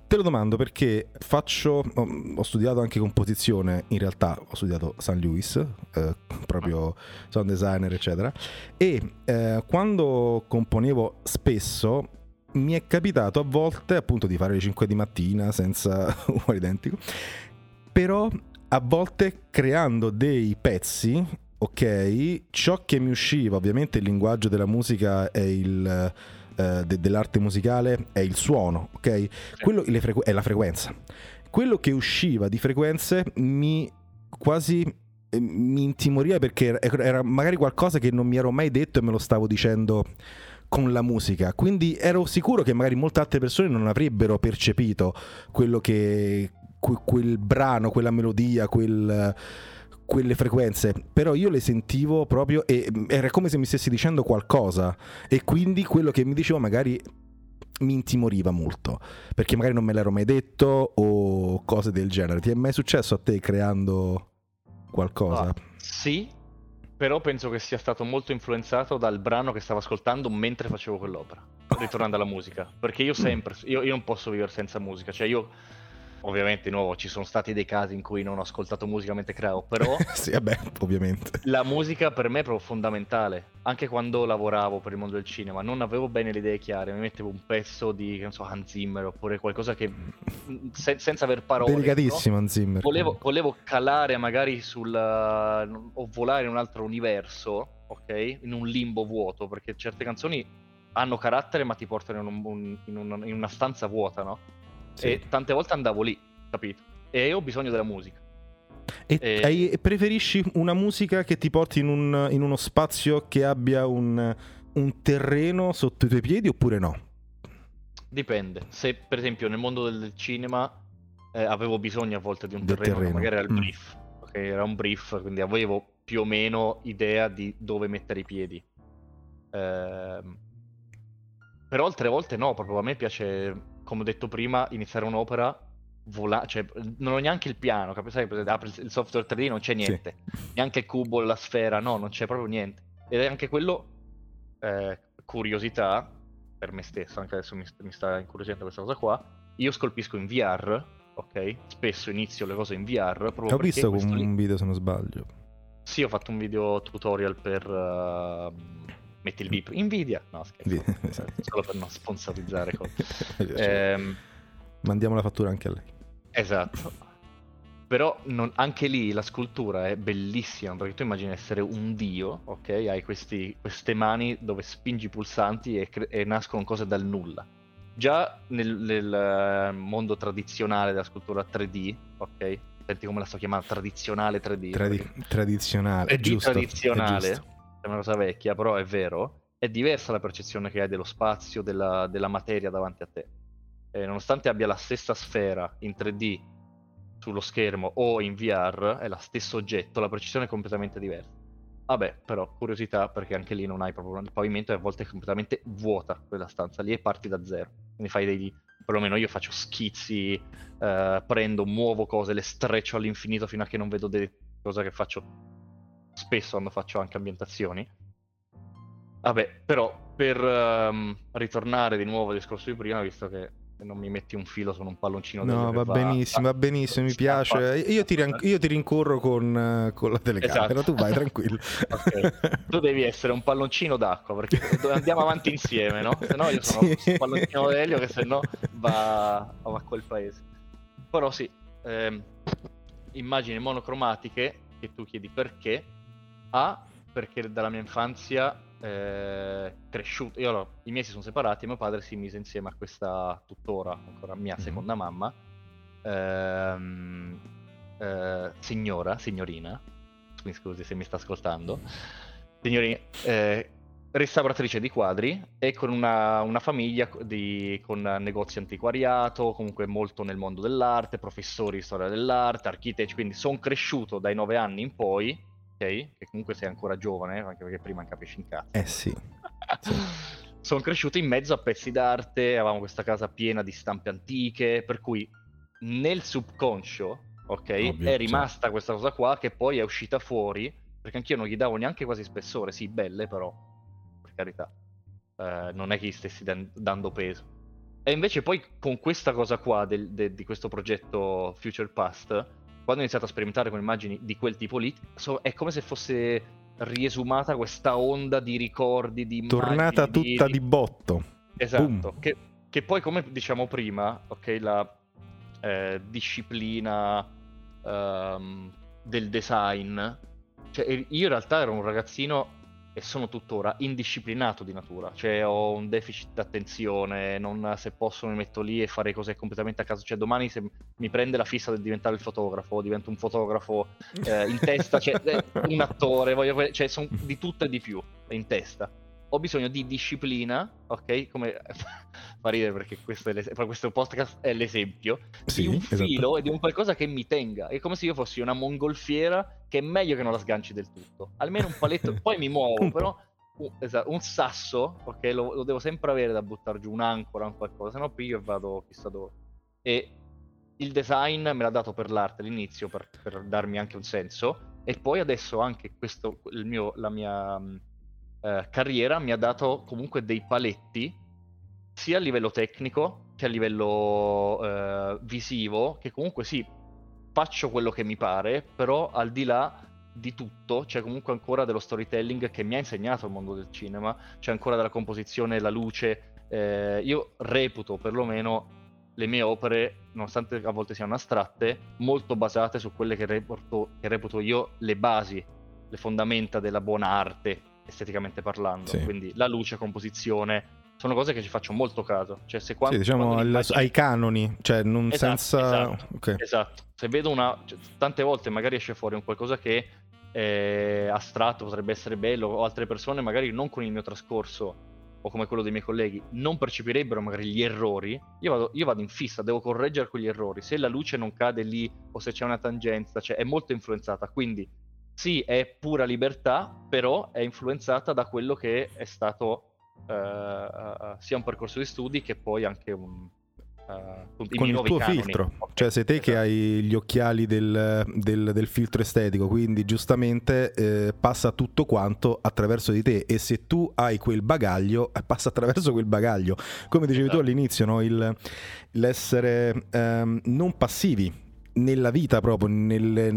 [SPEAKER 1] Te lo domando perché faccio, ho, ho studiato anche composizione, in realtà ho studiato San Luis, eh, proprio sound designer eccetera, e eh, quando componevo spesso mi è capitato a volte appunto di fare le cinque di mattina senza uguale identico, però a volte creando dei pezzi, ok, ciò che mi usciva, ovviamente il linguaggio della musica è il... Uh, de- dell'arte musicale è il suono, ok? Quello le frequ- è la frequenza. Quello che usciva di frequenze mi quasi eh, mi intimoriva perché era, era magari qualcosa che non mi ero mai detto e me lo stavo dicendo con la musica. Quindi ero sicuro che magari molte altre persone non avrebbero percepito quello che que- quel brano, quella melodia, quel quelle frequenze, però io le sentivo proprio e era come se mi stessi dicendo qualcosa, e quindi quello che mi dicevo magari mi intimoriva molto perché magari non me l'ero mai detto o cose del genere. Ti è mai successo a te creando qualcosa?
[SPEAKER 2] Ah, sì, però penso che sia stato molto influenzato dal brano che stavo ascoltando mentre facevo quell'opera, ritornando alla musica, perché io sempre io, io non posso vivere senza musica, cioè io ovviamente di nuovo ci sono stati dei casi in cui non ho ascoltato musica mentre creavo, però
[SPEAKER 1] sì, vabbè, ovviamente
[SPEAKER 2] la musica per me è proprio fondamentale. Anche quando lavoravo per il mondo del cinema non avevo bene le idee chiare, mi mettevo un pezzo di, non so, Hans Zimmer oppure qualcosa che se, senza aver parole,
[SPEAKER 1] delicatissimo,
[SPEAKER 2] no?
[SPEAKER 1] Hans Zimmer,
[SPEAKER 2] volevo, volevo calare magari sul o volare in un altro universo, ok? In un limbo vuoto, perché certe canzoni hanno carattere ma ti portano in, un, un, in, un, in una stanza vuota, no? Sì. E tante volte andavo lì, capito? E ho bisogno della musica.
[SPEAKER 1] E,
[SPEAKER 2] e...
[SPEAKER 1] e preferisci una musica che ti porti in, un, in uno spazio che abbia un, un terreno sotto i tuoi piedi oppure no?
[SPEAKER 2] Dipende. Se per esempio nel mondo del cinema eh, avevo bisogno a volte di un terreno,
[SPEAKER 1] terreno,
[SPEAKER 2] magari era il
[SPEAKER 1] mm.
[SPEAKER 2] brief, ok? Era un brief, quindi avevo più o meno idea di dove mettere i piedi. Ehm... Però altre volte no, proprio a me piace, come ho detto prima, iniziare un'opera vola- cioè non ho neanche il piano, capisci? Apri il software tre D, non c'è niente, sì. Neanche il cubo, la sfera, no, non c'è proprio niente. Ed è anche quello eh, curiosità per me stesso, anche adesso mi, mi sta incuriosendo questa cosa qua. Io scolpisco in V R, ok? Spesso inizio le cose in V R proprio
[SPEAKER 1] ho visto un
[SPEAKER 2] lì...
[SPEAKER 1] video, se non sbaglio.
[SPEAKER 2] Sì, ho fatto un video tutorial per uh, metti il beep Nvidia, no scherzo, solo per non sponsorizzare
[SPEAKER 1] ehm... mandiamo la fattura anche a lei.
[SPEAKER 2] Esatto. Però non, anche lì la scultura è bellissima, perché tu immagini essere un dio, ok? Hai questi, queste mani dove spingi i pulsanti e, cre- e nascono cose dal nulla. Già nel, nel mondo tradizionale della scultura tre D, ok? Senti come la sto chiamando? Tradizionale tre D.
[SPEAKER 1] Tradi- tradizionale, è giusto.
[SPEAKER 2] Tradizionale,
[SPEAKER 1] è giusto.
[SPEAKER 2] È una cosa vecchia, però è vero. È diversa la percezione che hai dello spazio, della, della materia davanti a te. E nonostante abbia la stessa sfera in tre D sullo schermo o in V R, è lo stesso oggetto, la precisione è completamente diversa. Vabbè, però, curiosità, perché anche lì non hai proprio il pavimento, è a volte completamente vuota quella stanza lì e parti da zero. Quindi fai dei, perlomeno io faccio schizzi, eh, prendo, muovo cose, le streccio all'infinito fino a che non vedo delle cose che faccio spesso quando faccio anche ambientazioni. Vabbè, però, per um, ritornare di nuovo al discorso di prima, visto che non mi metti un filo su un palloncino.
[SPEAKER 1] No, va, va benissimo, va benissimo, mi piace. Io ti, rin- io ti rincorro con, con la telecamera, esatto. Tu vai tranquillo.
[SPEAKER 2] Okay. Tu devi essere un palloncino d'acqua, perché andiamo avanti insieme, no? Se no io sono sì. un palloncino d'elio che se no va, va a quel paese. Però sì, ehm, immagini monocromatiche che tu chiedi perché. A, perché dalla mia infanzia Eh, cresciuto, io allora, i miei si sono separati e mio padre si mise insieme a questa tuttora ancora mia mm-hmm. seconda mamma ehm, eh, signora, signorina, mi scusi se mi sta ascoltando, signorina, eh, restauratrice di quadri e con una, una famiglia di, con negozi antiquariato, comunque molto nel mondo dell'arte, professori di storia dell'arte, architetti, quindi sono cresciuto dai nove anni in poi. Ok, che comunque sei ancora giovane, anche perché prima non capisci in cazzo.
[SPEAKER 1] Eh sì. sì.
[SPEAKER 2] Sono cresciuto in mezzo a pezzi d'arte, avevamo questa casa piena di stampe antiche, per cui nel subconscio, ok, Ovvio, è rimasta cioè. questa cosa qua che poi è uscita fuori, perché anch'io non gli davo neanche quasi spessore, sì, belle però, per carità, eh, non è che gli stessi dan- dando peso. E invece poi con questa cosa qua del, de, di questo progetto Future Past, quando ho iniziato a sperimentare con immagini di quel tipo lì, so, è come se fosse riesumata questa onda di ricordi, di immagini,
[SPEAKER 1] tornata tutta di, di botto.
[SPEAKER 2] Esatto, che, che poi, come diciamo prima, ok, la eh, disciplina um, del design, cioè io in realtà ero un ragazzino, e sono tuttora, indisciplinato di natura, cioè ho un deficit d'attenzione, non, se posso mi metto lì e fare cose completamente a caso, cioè domani se mi prende la fissa del diventare il fotografo, divento un fotografo eh, in testa, cioè eh, un attore, voglio, cioè sono di tutto e di più in testa. Ho bisogno di disciplina, ok? Come fa ridere perché questo, è questo podcast è l'esempio
[SPEAKER 1] sì,
[SPEAKER 2] di un
[SPEAKER 1] esatto.
[SPEAKER 2] filo e di un qualcosa che mi tenga. È come se io fossi una mongolfiera che è meglio che non la sganci del tutto. Almeno un paletto, poi mi muovo,
[SPEAKER 1] un
[SPEAKER 2] però un, esatto, un sasso, ok? Lo, lo devo sempre avere da buttare giù, un'ancora, un qualcosa, se no piglio e vado chissà dove. E il design me l'ha dato per l'arte all'inizio, per, per darmi anche un senso, e poi adesso anche questo, il mio, la mia... Uh, carriera mi ha dato comunque dei paletti sia a livello tecnico che a livello uh, visivo, che comunque sì, faccio quello che mi pare, però al di là di tutto c'è comunque ancora dello storytelling che mi ha insegnato il mondo del cinema, c'è ancora della composizione, la luce. Uh, io reputo perlomeno le mie opere, nonostante a volte siano astratte, molto basate su quelle che reputo, che reputo io le basi, le fondamenta della buona arte, esteticamente parlando. Sì. Quindi la luce, composizione, sono cose che ci faccio molto caso. Cioè, se quando,
[SPEAKER 1] sì, diciamo
[SPEAKER 2] quando
[SPEAKER 1] al,
[SPEAKER 2] immagini...
[SPEAKER 1] ai canoni, cioè non
[SPEAKER 2] esatto,
[SPEAKER 1] senza
[SPEAKER 2] esatto,
[SPEAKER 1] okay.
[SPEAKER 2] esatto. Se vedo una, cioè, tante volte magari esce fuori un qualcosa che è astratto, potrebbe essere bello, o altre persone magari non con il mio trascorso o come quello dei miei colleghi non percepirebbero magari gli errori. Io vado, io vado in fissa, devo correggere quegli errori. Se la luce non cade lì o se c'è una tangenza, cioè è molto influenzata, quindi sì, è pura libertà, però è influenzata da quello che è stato uh, uh, sia un percorso di studi che poi anche un uh,
[SPEAKER 1] con il tuo canoni. filtro, okay. Cioè sei te esatto. che hai gli occhiali del, del, del filtro estetico, quindi giustamente eh, passa tutto quanto attraverso di te, e se tu hai quel bagaglio passa attraverso quel bagaglio, come dicevi esatto. tu all'inizio, no? il, l'essere ehm, non passivi nella vita proprio, nelle...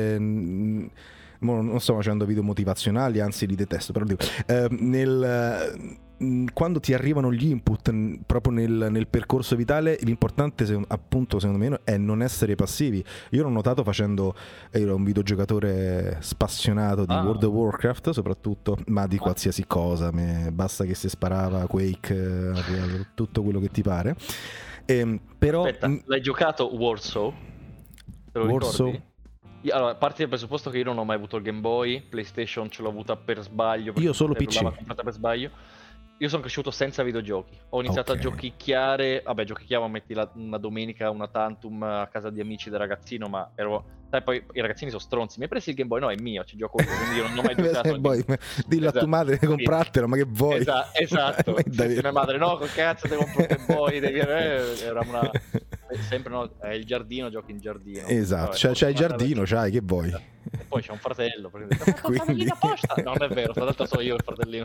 [SPEAKER 1] nelle non sto facendo video motivazionali, anzi li detesto, però dico, eh, nel, quando ti arrivano gli input proprio nel, nel percorso vitale, l'importante appunto secondo me è non essere passivi. Io l'ho notato facendo, ero un videogiocatore spassionato di ah. World of Warcraft soprattutto, ma di qualsiasi cosa, me, basta che si sparava Quake, tutto quello che ti pare. E, però
[SPEAKER 2] aspetta, l'hai giocato Warsaw? Te lo
[SPEAKER 1] Warsaw?
[SPEAKER 2] Ricordi? Io, allora, parti dal presupposto che io non ho mai avuto il Game Boy, PlayStation ce l'ho avuta per sbaglio.
[SPEAKER 1] Io solo P C.
[SPEAKER 2] L'ho comprata per sbaglio. Io sono cresciuto senza videogiochi. Ho iniziato okay. a giochicchiare. Vabbè, giochicchiavo, metti la, una domenica, una tantum a casa di amici da ragazzino, ma ero. Sai, poi i ragazzini sono stronzi. Mi hai preso il Game Boy? No, è mio, ci gioco io, quindi io non ho mai giocato.
[SPEAKER 1] Boy, dillo esatto. a tua madre di comprartelo, ma che vuoi?
[SPEAKER 2] Esatto, esatto. Sì, mia madre, no, che cazzo ti compro il Game Boy? Devi... eh, era una. Sempre no, è il giardino, giochi in giardino.
[SPEAKER 1] Esatto, vabbè, c'è, c'è il giardino, c'hai, che vuoi?
[SPEAKER 2] E poi c'è un fratello, perché detto, ma quindi... apposta. No, non è vero, tra l'altro sono io il fratellino.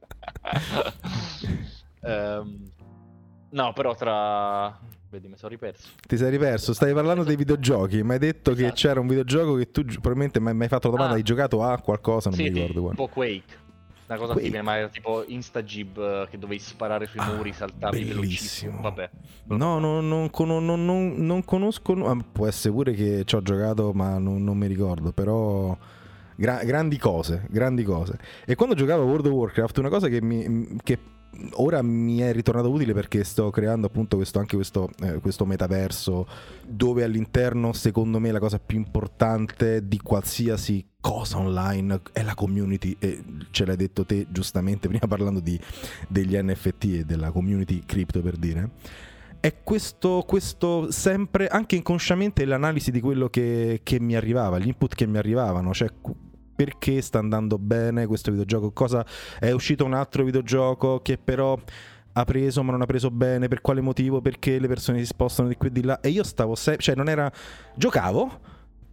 [SPEAKER 2] um, no, però tra... Vedi, mi sono riperso.
[SPEAKER 1] Ti sei riperso, stavi parlando dei videogiochi, mi hai detto esatto. che c'era un videogioco che tu probabilmente mi hai fatto la domanda, ah. hai giocato a qualcosa, non
[SPEAKER 2] sì,
[SPEAKER 1] mi ricordo.
[SPEAKER 2] Sì, un po' Quake. Una cosa simile, ma era tipo Instagib che dovevi sparare sui muri, ah, saltavi velocissimo. Vabbè.
[SPEAKER 1] No, no, non, non, non, non conosco. Può essere pure che ci ho giocato, ma non, non mi ricordo. Però gra- grandi cose, grandi cose. E quando giocavo a World of Warcraft, una cosa che mi che ora mi è ritornato utile, perché sto creando appunto questo anche questo, eh, questo metaverso, dove all'interno, secondo me, la cosa più importante di qualsiasi cosa online è la community, e ce l'hai detto te giustamente prima parlando di, degli N F T e della community crypto, per dire. È questo, questo sempre, anche inconsciamente, l'analisi di quello che, che mi arrivava, gli input che mi arrivavano, cioè perché sta andando bene questo videogioco, cosa è uscito un altro videogioco che però ha preso ma non ha preso bene, per quale motivo, perché le persone si spostano di qui e di là, e io stavo se- cioè non era giocavo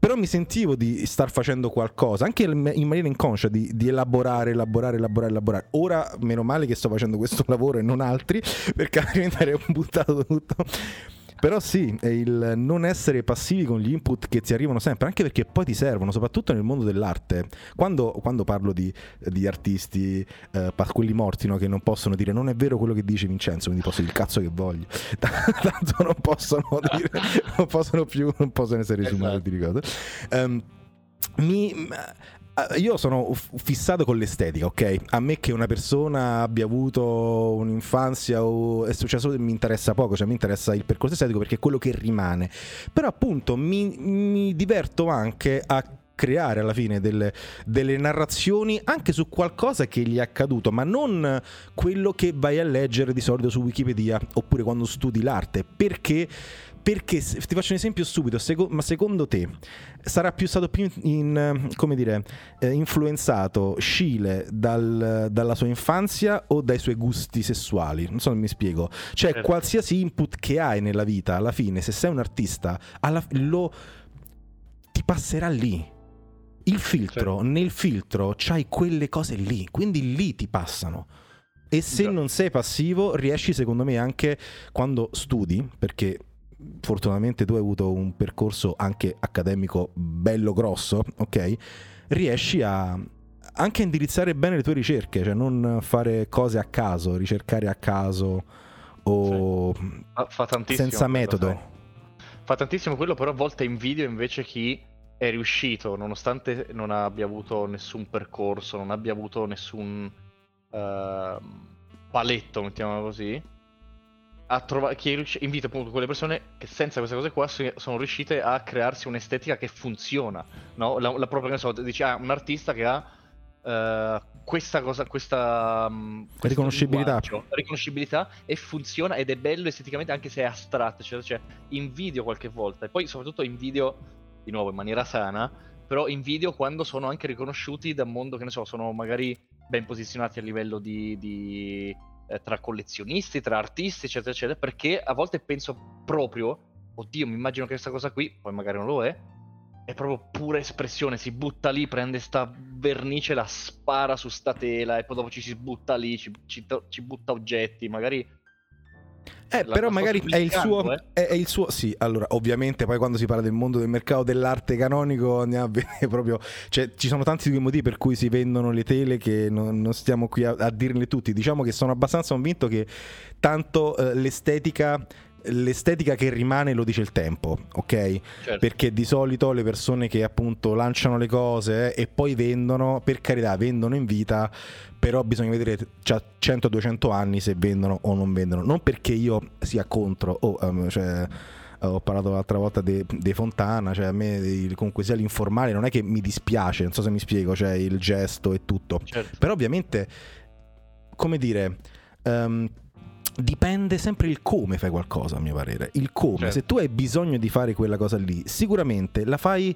[SPEAKER 1] però mi sentivo di star facendo qualcosa, anche in maniera inconscia, di, di elaborare, elaborare, elaborare, elaborare. Ora, meno male che sto facendo questo lavoro e non altri, perché altrimenti avrei buttato tutto. Però sì, è il non essere passivi con gli input che ti arrivano sempre, anche perché poi ti servono, soprattutto nel mondo dell'arte. Quando, quando parlo di, di artisti, eh, quelli morti, no, che non possono dire non è vero quello che dice Vincenzo, quindi posso dire il cazzo che voglio. Tanto non possono dire, non possono più, non possono essere esumati, esatto. Ti ricordo. Um, mi... Io sono fissato con l'estetica, ok? A me che una persona abbia avuto un'infanzia o è successo mi interessa poco, cioè mi interessa il percorso estetico perché è quello che rimane. Però appunto mi, mi diverto anche a creare alla fine delle, delle narrazioni anche su qualcosa che gli è accaduto, ma non quello che vai a leggere di solito su Wikipedia oppure quando studi l'arte, perché Perché ti faccio un esempio stupido, seco- ma secondo te sarà più stato più in, come dire, eh, influenzato Sciele dal, dalla sua infanzia o dai suoi gusti sessuali? Non so se mi spiego. Cioè, certo. Qualsiasi input che hai nella vita, alla fine, se sei un artista, alla, lo ti passerà lì. Il filtro, certo. Nel filtro c'hai quelle cose lì, quindi lì ti passano. E se non sei passivo, riesci secondo me anche quando studi, perché fortunatamente tu hai avuto un percorso anche accademico bello grosso, ok? Riesci a anche a indirizzare bene le tue ricerche, cioè non fare cose a caso, ricercare a caso o
[SPEAKER 2] sì. fa, fa tantissimo
[SPEAKER 1] senza metodo.
[SPEAKER 2] Quello, fa tantissimo quello, però a volte invidio invece chi è riuscito, nonostante non abbia avuto nessun percorso, non abbia avuto nessun uh, paletto, mettiamolo così, a trovare, chi è riuscito, invito appunto quelle persone che senza queste cose qua sono riuscite a crearsi un'estetica che funziona, no? La, la propria, che so, dici, ah, un artista che ha uh, questa cosa, questa um,
[SPEAKER 1] riconoscibilità.
[SPEAKER 2] riconoscibilità e funziona ed è bello esteticamente anche se è astratto, cioè, cioè invidio qualche volta, e poi soprattutto invidio, di nuovo in maniera sana, però invidio quando sono anche riconosciuti da un mondo che ne so, sono magari ben posizionati a livello di... di tra collezionisti, tra artisti, eccetera, eccetera, perché a volte penso proprio, oddio, mi immagino che questa cosa qui, poi magari non lo è, è proprio pura espressione, si butta lì, prende sta vernice, la spara su sta tela e poi dopo ci si butta lì, ci, ci, ci butta oggetti, magari...
[SPEAKER 1] Eh, però magari è il suo
[SPEAKER 2] eh?
[SPEAKER 1] è, è il suo sì, allora ovviamente poi quando si parla del mondo del mercato dell'arte canonico andiamo a vedere proprio, cioè ci sono tanti motivi per cui si vendono le tele che non, non stiamo qui a, a dirle tutti. Diciamo che sono abbastanza convinto che tanto eh, l'estetica l'estetica che rimane lo dice il tempo, ok?
[SPEAKER 2] Certo.
[SPEAKER 1] Perché di solito le persone che appunto lanciano le cose eh, e poi vendono, per carità, vendono in vita, però bisogna vedere cioè, cento duecento anni se vendono o non vendono. Non perché io sia contro, oh, um, cioè, ho parlato l'altra volta di de, de Fontana, cioè a me il, comunque sia l'informale non è che mi dispiace, non so se mi spiego, cioè il gesto e tutto.
[SPEAKER 2] Certo.
[SPEAKER 1] Però ovviamente, come dire... Um, dipende sempre il come fai qualcosa, a mio parere. Il come, certo. Se tu hai bisogno di fare quella cosa lì, sicuramente la fai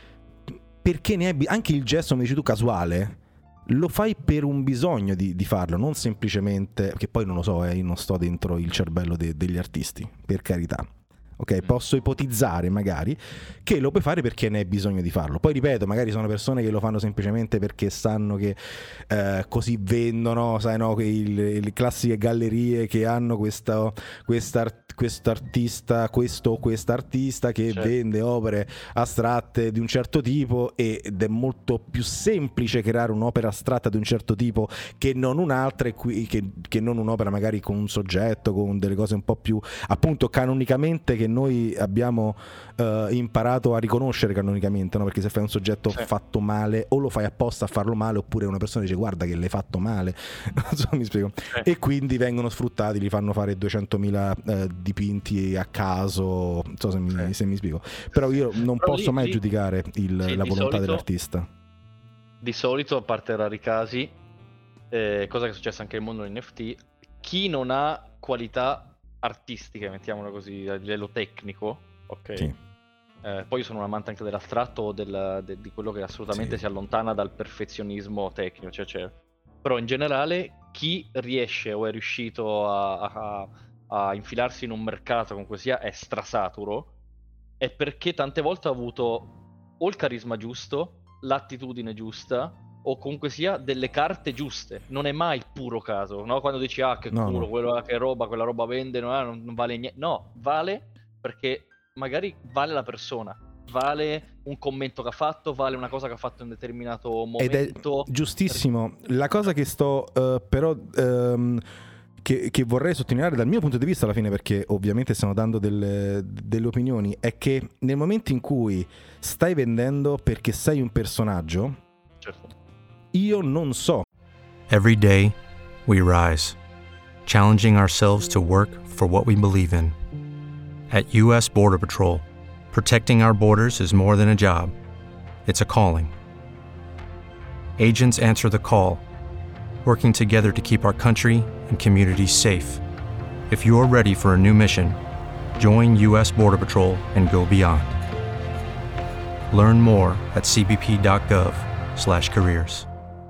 [SPEAKER 1] perché ne hai bi- anche il gesto, come dici tu, casuale, lo fai per un bisogno di, di farlo, non semplicemente, che poi non lo so, eh, io non sto dentro il cervello de- degli artisti, per carità. Ok, posso ipotizzare magari che lo puoi fare perché ne hai bisogno di farlo. Poi ripeto, magari sono persone che lo fanno semplicemente perché sanno che eh, così vendono, sai, no, le classiche gallerie che hanno questa, questa quest'artista, questo o quest'artista che certo. vende opere astratte di un certo tipo, ed è molto più semplice creare un'opera astratta di un certo tipo che non un'altra, e qui, che, che non un'opera magari con un soggetto, con delle cose un po' più appunto canonicamente che noi abbiamo uh, imparato a riconoscere canonicamente, no? Perché se fai un soggetto sì. fatto male, o lo fai apposta a farlo male, oppure una persona dice guarda che l'hai fatto male, non so, mi spiego, sì. e quindi vengono sfruttati, li fanno fare duecentomila uh, dipinti a caso, non so se mi, sì. se mi spiego, però io non però posso lì, mai lì, giudicare il, sì, la volontà solito, dell'artista.
[SPEAKER 2] Di solito, a parte rari casi, eh, cosa che è successa anche nel mondo degli N F T, chi non ha qualità artistiche, mettiamolo così, a livello tecnico, ok?
[SPEAKER 1] Sì.
[SPEAKER 2] Eh, poi io sono un amante anche dell'astratto o del, de, di quello che assolutamente sì. si allontana dal perfezionismo tecnico, cioè, cioè, però in generale chi riesce o è riuscito a, a, a infilarsi in un mercato comunque sia è strasaturo, è perché tante volte ha avuto o il carisma giusto, l'attitudine giusta, o comunque sia delle carte giuste. Non è mai puro caso, no? Quando dici ah che
[SPEAKER 1] No,
[SPEAKER 2] culo,
[SPEAKER 1] no.
[SPEAKER 2] quello, che roba, quella roba vende, no, eh, non, non vale niente. No, vale perché magari vale la persona, vale un commento che ha fatto, vale una cosa che ha fatto in un determinato
[SPEAKER 1] Ed è
[SPEAKER 2] momento.
[SPEAKER 1] giustissimo. La cosa che sto uh, però um, che, che vorrei sottolineare dal mio punto di vista alla fine, perché ovviamente stiamo dando delle, delle opinioni, è che nel momento in cui stai vendendo perché sei un personaggio,
[SPEAKER 2] Certo.
[SPEAKER 1] io non so.
[SPEAKER 4] Every day, we rise, challenging ourselves to work for what we believe in. At U S Border Patrol, protecting our borders is more than a job, it's a calling. Agents answer the call, working together to keep our country and communities safe. If you're ready for a new mission, join U S Border Patrol and go beyond. Learn more at c b p dot gov slash careers.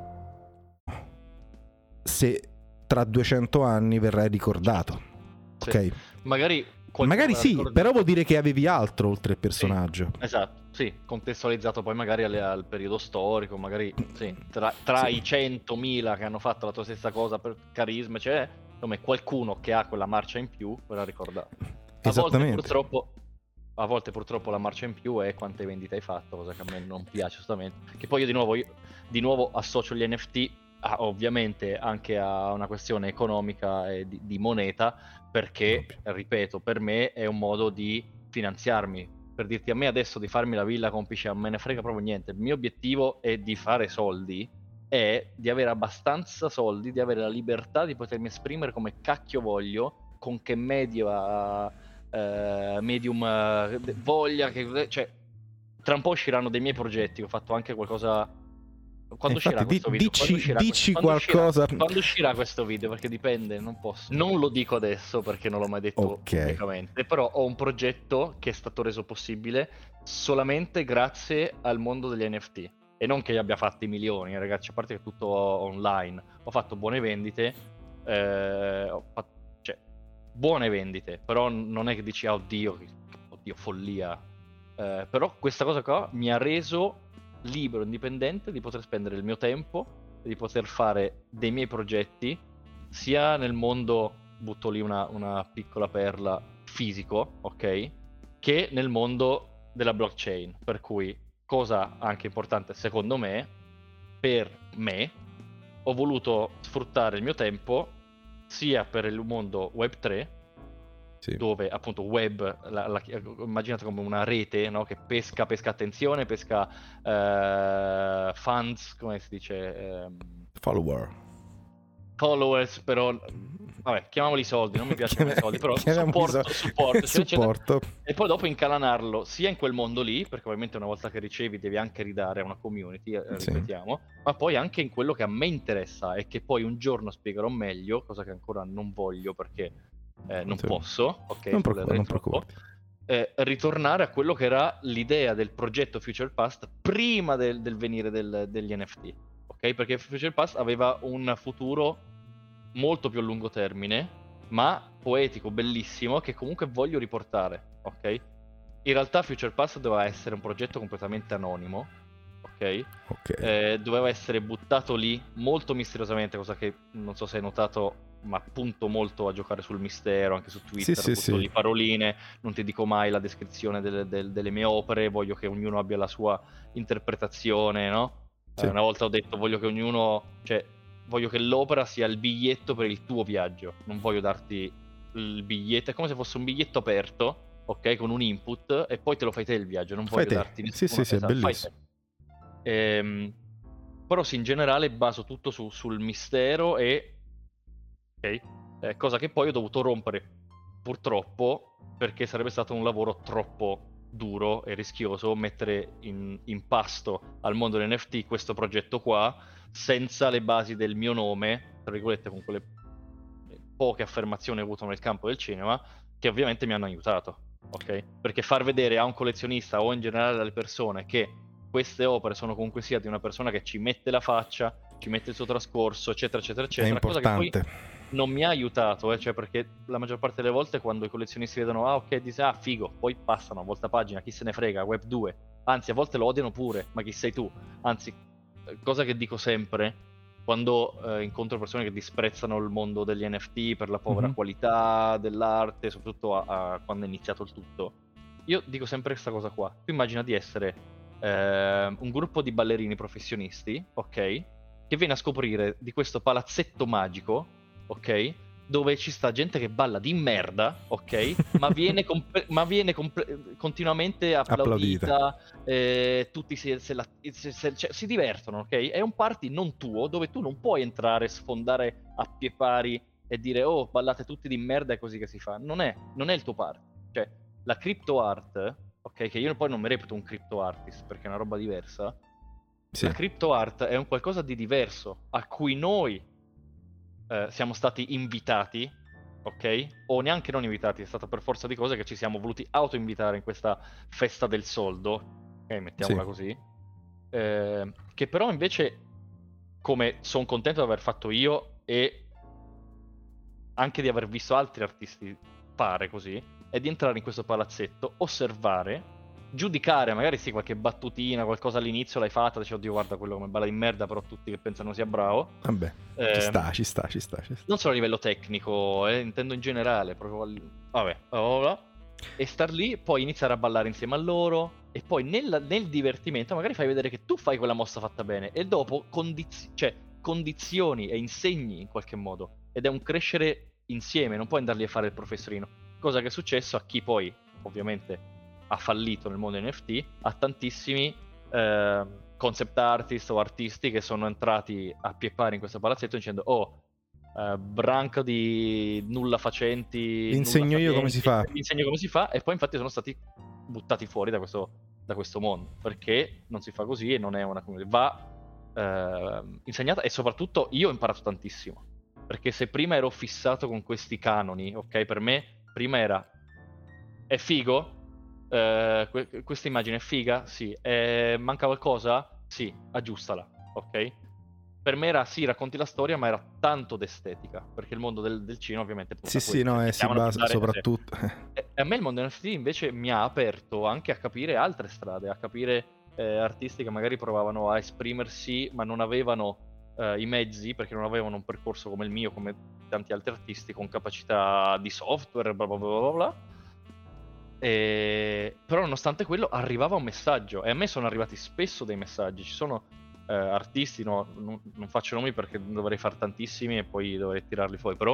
[SPEAKER 1] Se tra duecento anni verrai ricordato,
[SPEAKER 2] Sì.
[SPEAKER 1] ok?
[SPEAKER 2] Magari qualcuno
[SPEAKER 1] Magari
[SPEAKER 2] la
[SPEAKER 1] sì,
[SPEAKER 2] ricorda-
[SPEAKER 1] però vuol dire che avevi altro oltre il personaggio.
[SPEAKER 2] Esatto, sì, contestualizzato poi magari al, al periodo storico, magari sì, tra, tra
[SPEAKER 1] Sì.
[SPEAKER 2] i centomila che hanno fatto la tua stessa cosa per carisma, c'è come qualcuno che ha quella marcia in più, verrà ricordato. A volte
[SPEAKER 1] Esattamente.
[SPEAKER 2] purtroppo, a volte purtroppo la marcia in più è quante vendite hai fatto, cosa che a me non piace giustamente. Che poi io di nuovo, io, di nuovo associo gli N F T a- ovviamente anche a una questione economica e di, di moneta, perché, ripeto, per me è un modo di finanziarmi. Per dirti, a me adesso di farmi la villa con piscina me ne frega proprio niente. Il mio obiettivo è di fare soldi, è di avere abbastanza soldi, di avere la libertà di potermi esprimere come cacchio voglio, con che media, eh, medium eh, voglia, che, cioè, tra un po' usciranno dei miei progetti, ho fatto anche qualcosa. Quando
[SPEAKER 1] Infatti,
[SPEAKER 2] uscirà questo
[SPEAKER 1] di-
[SPEAKER 2] video?
[SPEAKER 1] dici-
[SPEAKER 2] Quando uscirà
[SPEAKER 1] dici
[SPEAKER 2] questo- quando uscirà-
[SPEAKER 1] qualcosa.
[SPEAKER 2] Quando uscirà questo video? Perché dipende, non posso. Non lo dico adesso perché non l'ho mai detto
[SPEAKER 1] Ok.
[SPEAKER 2] pubblicamente. Però ho un progetto che è stato reso possibile solamente grazie al mondo degli N F T. E non che io abbia fatti milioni, eh, ragazzi, a parte che è tutto online. Ho fatto buone vendite, eh, ho fatto, cioè, buone vendite, però non è che dici, ah, oddio, che- oddio, follia. Eh, però questa cosa qua mi ha reso libero, indipendente, di poter spendere il mio tempo, di poter fare dei miei progetti, sia nel mondo, butto lì una, una piccola perla, fisico, ok? Che nel mondo della blockchain. Per cui, cosa anche importante secondo me, per me, ho voluto sfruttare il mio tempo sia per il mondo web tre,
[SPEAKER 1] Sì.
[SPEAKER 2] dove appunto web, la, la, immaginate come una rete, no? Che pesca, pesca attenzione, pesca eh, funds, come si dice, ehm,
[SPEAKER 1] Follower.
[SPEAKER 2] followers, però vabbè, chiamiamoli soldi, non mi piacciono i soldi, però
[SPEAKER 1] Chiamiamoli
[SPEAKER 2] supporto,
[SPEAKER 1] so-
[SPEAKER 2] supporto, eccetera, eccetera.
[SPEAKER 1] supporto.
[SPEAKER 2] E poi dopo incalanarlo sia in quel mondo lì, perché ovviamente una volta che ricevi devi anche ridare a una community, eh,
[SPEAKER 1] Sì.
[SPEAKER 2] ripetiamo, ma poi anche in quello che a me interessa e che poi un giorno spiegherò meglio, cosa che ancora non voglio perché eh, non
[SPEAKER 1] Sì.
[SPEAKER 2] posso, ok?
[SPEAKER 1] Non,
[SPEAKER 2] spoilerei
[SPEAKER 1] preoccupa- non
[SPEAKER 2] troppo.
[SPEAKER 1] preoccuparti.
[SPEAKER 2] Eh, ritornare a quello che era l'idea del progetto Future Past prima del, del venire del- degli N F T, ok? Perché Future Past aveva un futuro molto più a lungo termine, ma poetico, bellissimo, che comunque voglio riportare, ok? In realtà Future Past doveva essere un progetto completamente anonimo, ok?
[SPEAKER 1] Ok.
[SPEAKER 2] Eh, doveva essere buttato lì molto misteriosamente, cosa che non so se hai notato, ma punto molto a giocare sul mistero, anche su Twitter,
[SPEAKER 1] Sì, sì,
[SPEAKER 2] butto
[SPEAKER 1] sì.
[SPEAKER 2] lì paroline, non ti dico mai la descrizione delle, del- delle mie opere, voglio che ognuno abbia la sua interpretazione, no?
[SPEAKER 1] Sì.
[SPEAKER 2] Eh, una volta ho detto, voglio che ognuno, cioè, voglio che l'opera sia il biglietto per il tuo viaggio, non voglio darti il biglietto, è come se fosse un biglietto aperto, ok, con un input, e poi te lo fai te il viaggio, non
[SPEAKER 1] Fai
[SPEAKER 2] voglio
[SPEAKER 1] te.
[SPEAKER 2] darti
[SPEAKER 1] Sì,
[SPEAKER 2] nessuno,
[SPEAKER 1] sì, sì, è
[SPEAKER 2] esatto, fai
[SPEAKER 1] bellissimo.
[SPEAKER 2] te. Ehm, però sì, in generale baso tutto su- sul mistero e ok, eh, cosa che poi ho dovuto rompere purtroppo, perché sarebbe stato un lavoro troppo duro e rischioso mettere in, in pasto al mondo dell'N F T questo progetto qua senza le basi del mio nome, tra virgolette, con quelle poche affermazioni che ho avuto nel campo del cinema, che ovviamente mi hanno aiutato, ok? Perché far vedere a un collezionista o in generale alle persone che queste opere sono comunque sia di una persona che ci mette la faccia, ci mette il suo trascorso, eccetera, eccetera,
[SPEAKER 1] È
[SPEAKER 2] eccetera, cosa che poi
[SPEAKER 1] importante.
[SPEAKER 2] non mi ha aiutato, eh, cioè perché la maggior parte delle volte quando i collezionisti vedono ah ok, dice ah figo, poi passano a volta pagina, chi se ne frega, web due, anzi a volte lo odiano pure, ma chi sei tu? Anzi, cosa che dico sempre quando eh, incontro persone che disprezzano il mondo degli N F T per la povera
[SPEAKER 1] Mhm.
[SPEAKER 2] qualità dell'arte, soprattutto a, a quando è iniziato il tutto, io dico sempre questa cosa qua. Tu immagina di essere eh, un gruppo di ballerini professionisti, ok? Che viene a scoprire di questo palazzetto magico, ok? Dove ci sta gente che balla di merda, ok? Ma viene, comp- ma viene comp- continuamente applaudita, eh, tutti si, se la- se- se- cioè, si divertono, ok? È un party non tuo, dove tu non puoi entrare, sfondare a pie pari e dire oh, ballate tutti di merda, è così che si fa. Non è, non è il tuo party. Cioè, la crypto art, ok? Che io poi non mi reputo un crypto artist, perché è una roba diversa.
[SPEAKER 1] Sì.
[SPEAKER 2] La crypto art è un qualcosa di diverso, a cui noi eh, siamo stati invitati, ok? O neanche non invitati, è stata per forza di cose che ci siamo voluti auto-invitare in questa festa del soldo, ok? Mettiamola
[SPEAKER 1] Sì.
[SPEAKER 2] così. Eh, che però invece, come sono contento di aver fatto io e anche di aver visto altri artisti fare così, è di entrare in questo palazzetto, osservare, giudicare, magari sì, qualche battutina, qualcosa all'inizio l'hai fatta, dici oddio guarda quello come balla di merda, però tutti che pensano sia bravo.
[SPEAKER 1] Vabbè,
[SPEAKER 2] Eh,
[SPEAKER 1] ci sta, ci sta, ci sta, ci sta.
[SPEAKER 2] Non solo a livello tecnico, eh, intendo in generale, proprio al... vabbè, oh, oh, e star lì, poi iniziare a ballare insieme a loro, e poi nel, nel divertimento magari fai vedere che tu fai quella mossa fatta bene, e dopo condiz- cioè, condizioni e insegni in qualche modo, ed è un crescere insieme, non puoi andarli a fare il professorino, cosa che è successo a chi poi, ovviamente, ha fallito nel mondo N F T, a tantissimi eh, concept artist o artisti che sono entrati a pie pari in questo palazzetto dicendo oh, uh, branca di nulla facenti,
[SPEAKER 1] Vi insegno io come si fa.
[SPEAKER 2] vi insegno come si fa, e poi infatti sono stati buttati fuori da questo, da questo mondo, perché non si fa così e non è una comunità, va uh, insegnata, e soprattutto io ho imparato tantissimo, perché se prima ero fissato con questi canoni, ok, per me prima era è figo? Uh, que- questa immagine è figa? Sì. Eh, manca qualcosa? Sì, aggiustala, ok? Per me era sì, racconti la storia, ma era tanto d'estetica, perché il mondo del, del cinema ovviamente punta
[SPEAKER 1] Sì,
[SPEAKER 2] a
[SPEAKER 1] sì,
[SPEAKER 2] quello,
[SPEAKER 1] no,
[SPEAKER 2] cioè,
[SPEAKER 1] eh,
[SPEAKER 2] ti
[SPEAKER 1] si
[SPEAKER 2] chiamano per
[SPEAKER 1] basa
[SPEAKER 2] dare-
[SPEAKER 1] soprattutto.
[SPEAKER 2] E a me il mondo N F T invece mi ha aperto anche a capire altre strade, a capire eh, artisti che magari provavano a esprimersi, ma non avevano eh, i mezzi, perché non avevano un percorso come il mio, come tanti altri artisti, con capacità di software, bla bla bla bla bla. E... però nonostante quello arrivava un messaggio, e a me sono arrivati spesso dei messaggi. Ci sono eh, artisti, no, non, non faccio nomi perché dovrei far tantissimi e poi dovrei tirarli fuori, però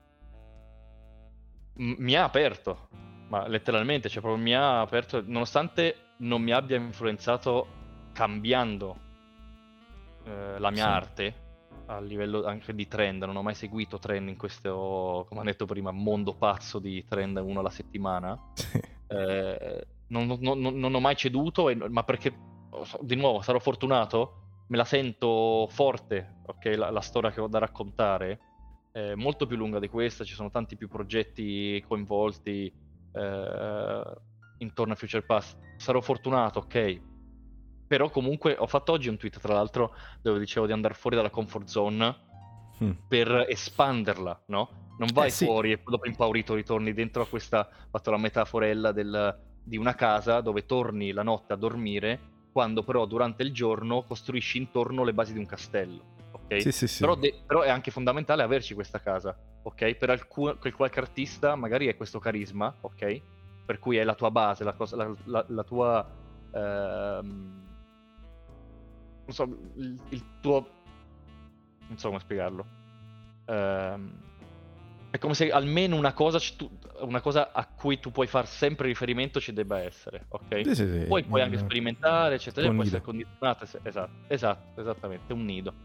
[SPEAKER 2] m- mi ha aperto, ma letteralmente, cioè proprio mi ha aperto, nonostante non mi abbia influenzato cambiando eh, la mia
[SPEAKER 1] Sì.
[SPEAKER 2] arte a livello anche di trend. Non ho mai seguito trend in questo, come ho detto prima, mondo pazzo di trend uno alla settimana.
[SPEAKER 1] Sì.
[SPEAKER 2] Eh, non, non- non- non ho mai ceduto, e- ma perché, di nuovo, sarò fortunato, me la sento forte, ok? La, la storia che ho da raccontare è molto più lunga di questa, ci sono tanti più progetti coinvolti eh, intorno a Future Pass. Sarò fortunato, ok? Però comunque ho fatto oggi un tweet, tra l'altro, dove dicevo di andare fuori dalla comfort zone
[SPEAKER 1] Mm.
[SPEAKER 2] per espanderla, no? Non vai
[SPEAKER 1] Eh, sì.
[SPEAKER 2] fuori e dopo impaurito ritorni dentro a questa, ho fatto la metaforella del, di una casa dove torni la notte a dormire, quando però durante il giorno costruisci intorno le basi di un castello, ok?
[SPEAKER 1] Sì, sì, sì.
[SPEAKER 2] Però, de- però è anche fondamentale averci questa casa, ok? Per alcun, per qualche artista magari è questo carisma, ok? Per cui è la tua base, la, cosa, la, la, la tua... ehm, non so, il, il tuo... non so come spiegarlo. Ehm, è come se almeno una cosa, ci- tu- una cosa a cui tu puoi far sempre riferimento ci debba essere, ok?
[SPEAKER 1] Sì, sì, sì.
[SPEAKER 2] Poi puoi anche
[SPEAKER 1] Mm.
[SPEAKER 2] sperimentare, eccetera,
[SPEAKER 1] Un
[SPEAKER 2] può
[SPEAKER 1] nido.
[SPEAKER 2] essere condizionato, es- esatto, esatto, esattamente, un nido.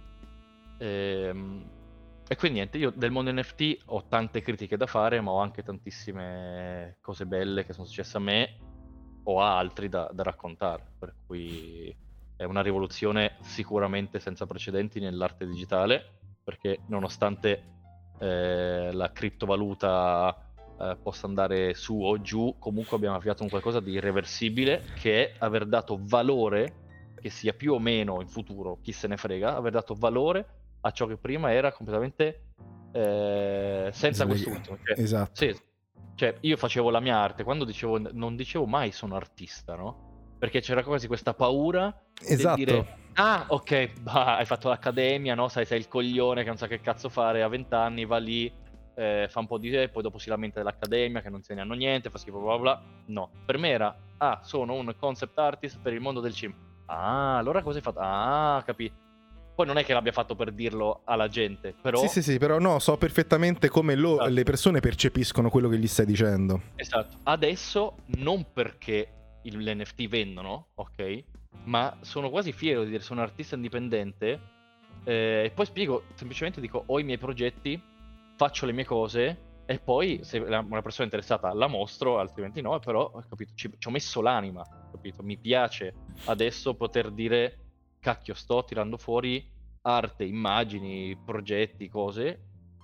[SPEAKER 2] Ehm, E quindi niente, io del mondo N F T ho tante critiche da fare, ma ho anche tantissime cose belle che sono successe a me o a altri da, da raccontare, per cui è una rivoluzione sicuramente senza precedenti nell'arte digitale, perché nonostante eh, la criptovaluta eh, possa andare su o giù, comunque abbiamo avviato un qualcosa di irreversibile, che è aver dato valore, che sia più o meno in futuro, chi se ne frega, aver dato valore a ciò che prima era completamente eh, senza
[SPEAKER 1] Sleghi-
[SPEAKER 2] quest'ultimo. Cioè,
[SPEAKER 1] Esatto.
[SPEAKER 2] sì, cioè io facevo la mia arte, quando dicevo, non dicevo mai sono artista, no? perché c'era quasi questa paura
[SPEAKER 1] Esatto.
[SPEAKER 2] di dire ah ok, bah, hai fatto l'accademia, no? Sai, sei il coglione che non sa che cazzo fare a vent'anni, va lì, eh, fa un po' di te, poi dopo si lamenta dell'accademia che non se ne hanno niente, fa schifo bla bla bla. No, per me era ah, sono un concept artist per il mondo del cinema. Ah, allora cosa hai fatto? Ah, capito. Poi non è che l'abbia fatto per dirlo alla gente, però...
[SPEAKER 1] Sì, sì, sì, però no, so perfettamente come lo,
[SPEAKER 2] esatto.
[SPEAKER 1] le persone percepiscono quello che gli stai dicendo.
[SPEAKER 2] Esatto. Adesso, non perché l'N F T vendono, ok? Ma sono quasi fiero di dire sono un artista indipendente, eh, e poi spiego, semplicemente dico ho i miei progetti, faccio le mie cose, e poi se una persona è interessata la mostro, altrimenti no, però ho capito, ci, ci ho messo l'anima, capito? Mi piace adesso poter dire cacchio, sto tirando fuori arte, immagini, progetti, cose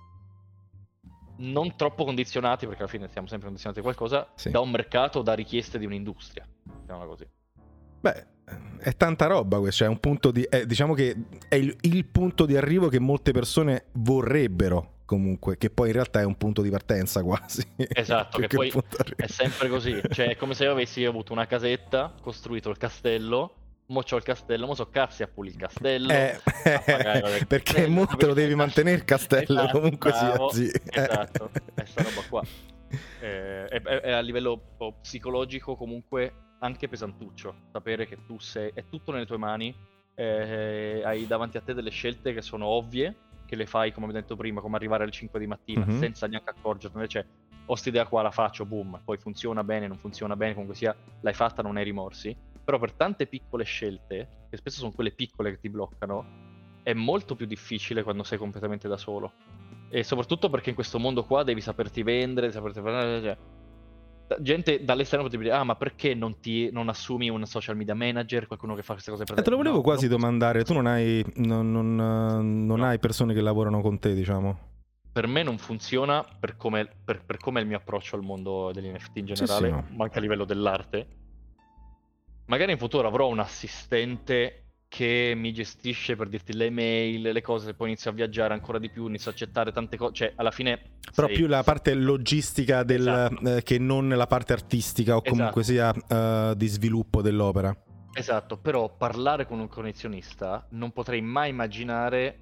[SPEAKER 2] non troppo condizionati, perché alla fine siamo sempre condizionati da qualcosa,
[SPEAKER 1] sì.
[SPEAKER 2] da un mercato o da richieste di un'industria, diciamo così.
[SPEAKER 1] Beh, è tanta roba questo, cioè un punto di, è, diciamo che è il, il punto di arrivo che molte persone vorrebbero comunque, che poi in realtà è un punto di partenza quasi.
[SPEAKER 2] Esatto, che, che poi è sempre così, cioè è come se io avessi avuto una casetta, costruito il castello, mo c'ho il castello, mo so cazzi a pulire il castello,
[SPEAKER 1] eh,
[SPEAKER 2] pagare,
[SPEAKER 1] perché mo te lo devi mantenere il castello,
[SPEAKER 2] esatto,
[SPEAKER 1] comunque
[SPEAKER 2] bravo,
[SPEAKER 1] sia, sì.
[SPEAKER 2] Esatto, è sta roba qua. Eh, è, è a livello psicologico comunque anche pesantuccio, sapere che tu sei, è tutto nelle tue mani, eh, hai davanti a te delle scelte che sono ovvie, che le fai come abbiamo detto prima, come arrivare alle cinque di mattina, mm-hmm. senza neanche accorgertene, cioè ho st'idea qua, la faccio, boom, poi funziona bene, non funziona bene, comunque sia, l'hai fatta, non hai rimorsi. Però per tante piccole scelte, che spesso sono quelle piccole che ti bloccano, è molto più difficile quando sei completamente da solo. E soprattutto perché in questo mondo qua devi saperti vendere, saperti parlare, cioè, gente dall'esterno potrebbe dire ah ma perché non ti non assumi un social media manager, qualcuno che fa queste cose per te?
[SPEAKER 1] Eh, te lo volevo
[SPEAKER 2] no,
[SPEAKER 1] quasi
[SPEAKER 2] non...
[SPEAKER 1] domandare, tu non hai non, non, non no. hai persone che lavorano con te, diciamo?
[SPEAKER 2] Per me non funziona per come, per, per come è il mio approccio al mondo degli N F T in generale,
[SPEAKER 1] sì, sì, no.
[SPEAKER 2] ma anche a livello dell'arte. Magari in futuro avrò un assistente che mi gestisce, per dirti, le mail, le cose, poi inizio a viaggiare ancora di più, inizio a accettare tante cose, cioè alla fine...
[SPEAKER 1] Però
[SPEAKER 2] sei...
[SPEAKER 1] più la parte logistica del, esatto. eh, che non la parte artistica o comunque esatto. sia uh, di sviluppo dell'opera.
[SPEAKER 2] Esatto, però parlare con un collezionista non potrei mai immaginare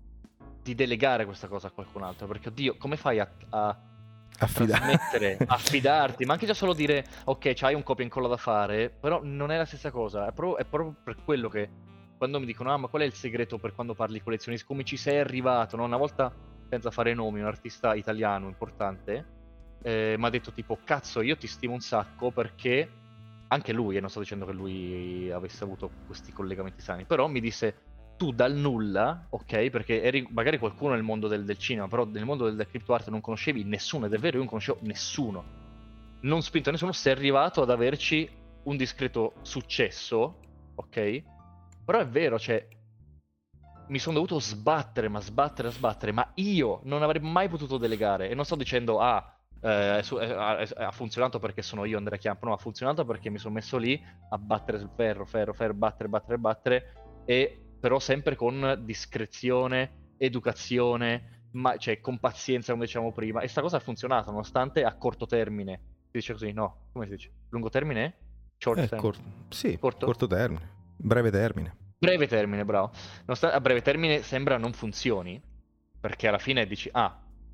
[SPEAKER 2] di delegare questa cosa a qualcun altro, perché oddio, come fai a... a... trasmettere, affidarti, ma anche già solo dire ok, c'hai un copia e incolla da fare, però non è la stessa cosa, è proprio, è proprio per quello che quando mi dicono ah ma qual è il segreto per quando parli collezionisti, come ci sei arrivato, no? Una volta, senza fare nomi, un artista italiano importante eh, mi ha detto tipo cazzo io ti stimo un sacco perché anche lui, e non sto dicendo che lui avesse avuto questi collegamenti sani, però mi disse tu dal nulla, ok, perché eri magari qualcuno nel mondo del, del cinema, però nel mondo del, del crypto art non conoscevi nessuno, ed è vero, io non conoscevo nessuno, non spinto a nessuno, sei arrivato ad averci un discreto successo, ok, però è vero, cioè mi sono dovuto sbattere, ma sbattere, sbattere, ma io non avrei mai potuto delegare, e non sto dicendo ah, eh, è, è, è, ha funzionato perché sono io Andrea Chiampo, no, ha funzionato perché mi sono messo lì a battere sul ferro, ferro, ferro, battere, battere, battere, e però sempre con discrezione, educazione, ma, cioè con pazienza come dicevamo prima, e sta cosa ha funzionato nonostante a corto termine, si dice così, no, come si dice? Lungo termine? Short
[SPEAKER 1] eh,
[SPEAKER 2] termine?
[SPEAKER 1] Cor- sì,
[SPEAKER 2] corto?
[SPEAKER 1] corto termine, breve termine.
[SPEAKER 2] Breve termine, bravo. Nonostante a breve termine sembra non funzioni, perché alla fine dici, ah,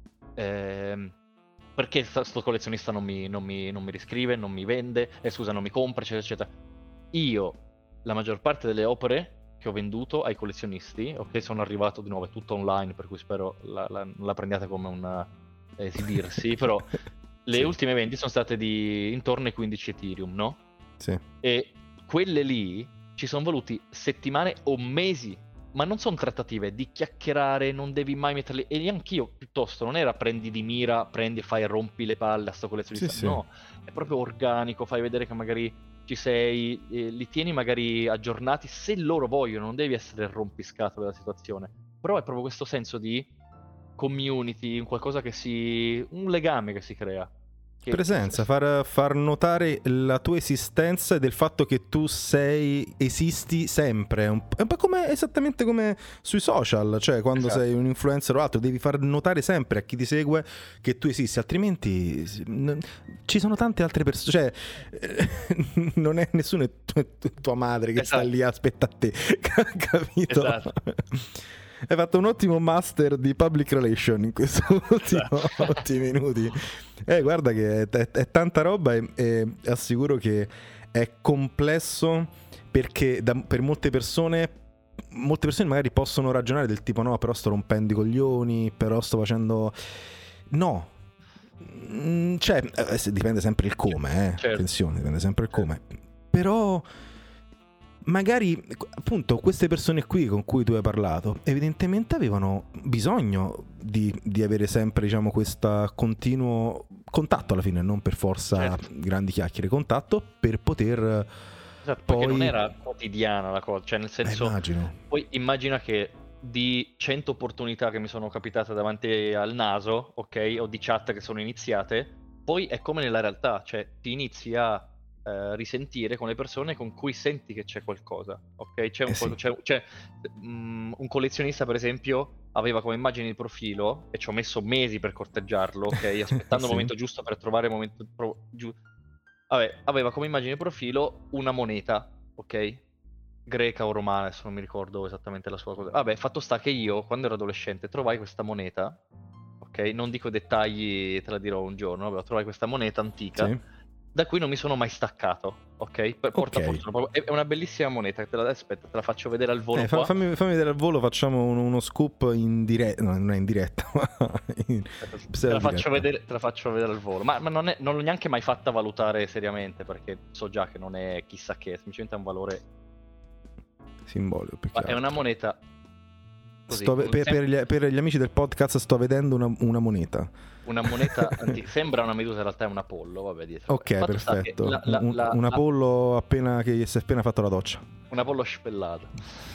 [SPEAKER 2] ehm, perché sto collezionista non mi, non, mi, non mi riscrive, non mi vende, eh, scusa, non mi compra, eccetera, eccetera. Io, la maggior parte delle opere che ho venduto ai collezionisti, ok, sono arrivato di nuovo, è tutto online, per cui spero la, la, non la prendiate come un esibirsi, però le sì. ultime vendite sono state di intorno ai quindici Ethereum, no?
[SPEAKER 1] Sì.
[SPEAKER 2] E quelle lì ci sono voluti settimane o mesi, ma non sono trattative di chiacchierare, non devi mai metterli, e neanch'io piuttosto, non era prendi di mira, prendi e fai rompi le palle a sto collezionista, sì, no, sì. È proprio organico, fai vedere che magari ci sei, eh, li tieni magari aggiornati se loro vogliono, non devi essere il rompiscatole della situazione, però è proprio questo senso di community, un qualcosa che si, un legame che si crea. Che,
[SPEAKER 1] Presenza,
[SPEAKER 2] che...
[SPEAKER 1] far, far notare la tua esistenza e del fatto che tu sei, esisti sempre. È un, è un po' come, esattamente come sui social, cioè quando
[SPEAKER 2] Esatto.
[SPEAKER 1] sei un influencer o altro, devi far notare sempre a chi ti segue che tu esisti, altrimenti n- ci sono tante altre persone, cioè eh, non è nessuno, è tu- tua madre che
[SPEAKER 2] Esatto.
[SPEAKER 1] sta lì, aspetta a te, capito?
[SPEAKER 2] Esatto.
[SPEAKER 1] Hai fatto un ottimo master di public relation in questi
[SPEAKER 2] Esatto.
[SPEAKER 1] ultimi minuti. Eh, guarda che è, è, è tanta roba e, e assicuro che è complesso perché da, per molte persone, molte persone magari possono ragionare del tipo no, però sto rompendo i coglioni, però sto facendo... No. Mm, cioè, eh, dipende sempre il come, eh.
[SPEAKER 2] Certo.
[SPEAKER 1] Attenzione, dipende sempre il come. Però... magari appunto queste persone qui con cui tu hai parlato evidentemente avevano bisogno di, di avere sempre, diciamo, questo continuo contatto alla fine, non per forza
[SPEAKER 2] Certo.
[SPEAKER 1] grandi chiacchiere, contatto per poter
[SPEAKER 2] Esatto,
[SPEAKER 1] poi...
[SPEAKER 2] perché non era quotidiana la cosa, cioè nel senso,
[SPEAKER 1] eh, immagino.
[SPEAKER 2] poi immagina che di cento opportunità che mi sono capitate davanti al naso, ok, o di chat che sono iniziate, poi è come nella realtà, cioè ti inizi a Uh, risentire con le persone con cui senti che c'è qualcosa, ok? C'è un,
[SPEAKER 1] Eh sì.
[SPEAKER 2] c'è, c'è, um, un collezionista, per esempio, aveva come immagine di profilo, e ci ho messo mesi per corteggiarlo, ok? Aspettando
[SPEAKER 1] Sì.
[SPEAKER 2] il momento giusto per trovare il momento pro- giu- Vabbè, aveva come immagine di profilo una moneta, ok? Greca o romana, adesso non mi ricordo esattamente la sua cosa. Vabbè, fatto sta che io, quando ero adolescente, trovai questa moneta, ok? Non dico dettagli, te la dirò un giorno, vabbè, trovai questa moneta antica,
[SPEAKER 1] Sì.
[SPEAKER 2] da cui non mi sono mai staccato, ok? Per- Porta
[SPEAKER 1] Ok.
[SPEAKER 2] fortuna, è è una bellissima moneta, te la, aspetta, te la faccio vedere al volo
[SPEAKER 1] Eh, fa-
[SPEAKER 2] qua.
[SPEAKER 1] fammi, fammi vedere al volo, facciamo uno, uno scoop in diretta, no, non è in diretta, ma in
[SPEAKER 2] Te la, faccio
[SPEAKER 1] pseudo-diretta.
[SPEAKER 2] vedere, te la faccio vedere al volo, ma, ma non, è, non l'ho neanche mai fatta valutare seriamente, perché so già che non è chissà che, semplicemente è un valore...
[SPEAKER 1] Simbolico, più che
[SPEAKER 2] Ma è
[SPEAKER 1] altro.
[SPEAKER 2] una moneta... Così,
[SPEAKER 1] Sto ve-
[SPEAKER 2] un
[SPEAKER 1] per,
[SPEAKER 2] sem-
[SPEAKER 1] per gli, per gli amici del podcast sto vedendo una, una moneta.
[SPEAKER 2] Una moneta antica, sembra una medusa, in realtà è un apollo, vabbè, dietro.
[SPEAKER 1] Ok,
[SPEAKER 2] Fatto sta che
[SPEAKER 1] perfetto.
[SPEAKER 2] la- la-
[SPEAKER 1] un,
[SPEAKER 2] la-
[SPEAKER 1] un
[SPEAKER 2] la-
[SPEAKER 1] Apollo appena che si è appena fatto la doccia.
[SPEAKER 2] Un Apollo spellato.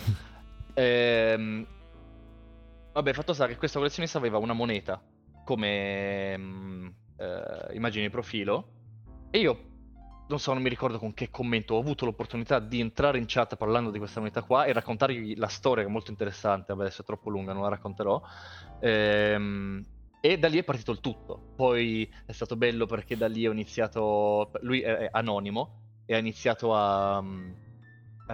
[SPEAKER 2] Ehm, vabbè, fatto sta che questo collezionista aveva una moneta come mm, eh, immagine di profilo, e io non so, non mi ricordo con che commento ho avuto l'opportunità di entrare in chat parlando di questa moneta qua e raccontargli la storia, che è molto interessante. Vabbè, adesso è troppo lunga, non la racconterò. Ehm, e da lì è partito il tutto. Poi è stato bello perché da lì ho iniziato, lui è, è anonimo e ha iniziato a um, eh,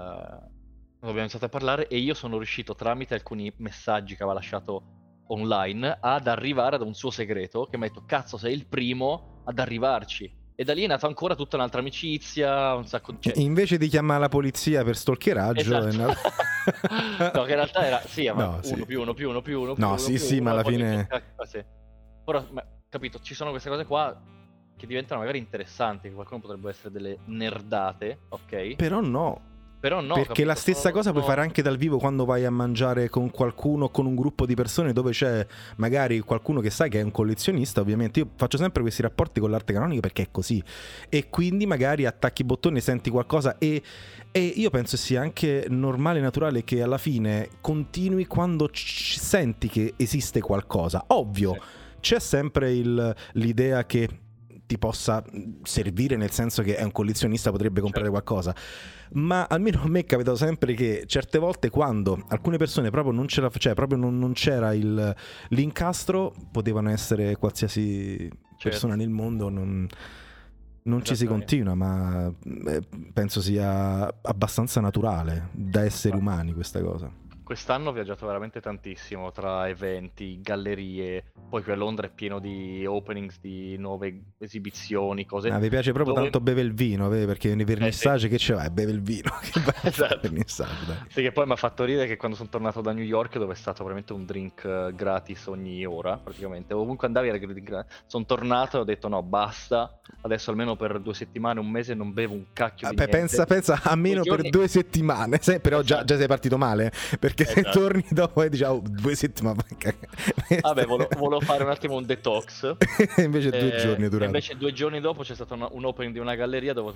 [SPEAKER 2] abbiamo iniziato a parlare e io sono riuscito, tramite alcuni messaggi che aveva lasciato online, ad arrivare ad un suo segreto, che mi ha detto cazzo, sei il primo ad arrivarci. E da lì è nata ancora tutta un'altra amicizia, un sacco di... Cioè...
[SPEAKER 1] Invece di chiamare la polizia per stalkeraggio,
[SPEAKER 2] Esatto.
[SPEAKER 1] è nato...
[SPEAKER 2] no, che in realtà era sì, ma
[SPEAKER 1] No,
[SPEAKER 2] uno
[SPEAKER 1] sì.
[SPEAKER 2] più uno più uno più uno più
[SPEAKER 1] No,
[SPEAKER 2] uno
[SPEAKER 1] sì,
[SPEAKER 2] più
[SPEAKER 1] sì,
[SPEAKER 2] uno,
[SPEAKER 1] ma alla
[SPEAKER 2] poi ho
[SPEAKER 1] fine-
[SPEAKER 2] detto, "Cacchio, sì." Però, ma, capito, ci sono queste cose qua che diventano magari interessanti, che qualcuno potrebbe essere delle nerdate, ok?
[SPEAKER 1] Però no.
[SPEAKER 2] Però no,
[SPEAKER 1] Perché
[SPEAKER 2] capito,
[SPEAKER 1] la stessa
[SPEAKER 2] sono-
[SPEAKER 1] cosa puoi
[SPEAKER 2] sono-
[SPEAKER 1] fare anche dal vivo quando vai a mangiare con qualcuno, con un gruppo di persone dove c'è magari qualcuno che sai che è un collezionista. Ovviamente io faccio sempre questi rapporti con l'arte canonica perché è così, e quindi magari attacchi i bottoni, senti qualcosa e, e io penso sia anche normale e naturale che alla fine continui quando c- senti che esiste qualcosa. Ovvio,
[SPEAKER 2] Sì.
[SPEAKER 1] c'è sempre il- l'idea che ti possa servire, nel senso che è un collezionista, potrebbe comprare
[SPEAKER 2] Certo.
[SPEAKER 1] qualcosa, ma almeno a me è capitato sempre che certe volte quando alcune persone proprio non ce la cioè proprio non, non c'era il, l'incastro, potevano essere qualsiasi persona nel mondo, non, non ci si
[SPEAKER 2] Esattamente.
[SPEAKER 1] continua, ma eh, penso sia abbastanza naturale da esseri
[SPEAKER 2] Ma-
[SPEAKER 1] umani questa cosa.
[SPEAKER 2] Quest'anno ho viaggiato veramente tantissimo tra eventi, gallerie, poi qui a Londra è pieno di openings di nuove esibizioni, cose...
[SPEAKER 1] Ah, vi piace proprio
[SPEAKER 2] dove-
[SPEAKER 1] tanto beve il vino, vedi? Perché nei vernissaggi che c'è? Vai, beve il vino. Che vai a fare
[SPEAKER 2] Esatto.
[SPEAKER 1] il vernissaggio, dai.
[SPEAKER 2] Sì, che poi mi ha fatto ridere che quando sono tornato da New York, dove è stato veramente un drink eh, gratis ogni ora, praticamente, ovunque andavi era drink gratis. Sono tornato e ho detto no, basta, adesso almeno per due settimane, un mese non bevo un cacchio di
[SPEAKER 1] Beh,
[SPEAKER 2] niente.
[SPEAKER 1] pensa, pensa almeno
[SPEAKER 2] Due giorni-
[SPEAKER 1] per due settimane, se- però già,
[SPEAKER 2] Esatto.
[SPEAKER 1] già sei partito male, perché se
[SPEAKER 2] Esatto.
[SPEAKER 1] torni dopo e diciamo due settimane,
[SPEAKER 2] Vabbè, volevo, volevo fare un attimo un detox.
[SPEAKER 1] invece due
[SPEAKER 2] Eh,
[SPEAKER 1] giorni è durato.
[SPEAKER 2] Invece due giorni dopo c'è stato una- un opening di una galleria dove ho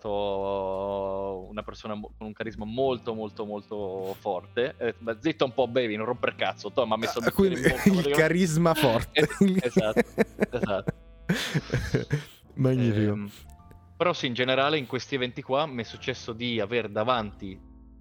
[SPEAKER 2] incontrato una persona mo- con un carisma molto molto molto forte. E ho detto, "Beh, zitto un po', bevi, non romper cazzo." Toh, mi ha messo il
[SPEAKER 1] Ah, quindi
[SPEAKER 2] bicchiere in bocca,
[SPEAKER 1] il
[SPEAKER 2] praticamente.
[SPEAKER 1] carisma forte.
[SPEAKER 2] Eh, esatto, esatto.
[SPEAKER 1] Magnifico.
[SPEAKER 2] Ehm, però sì, in generale in questi eventi qua mi è successo di avere davanti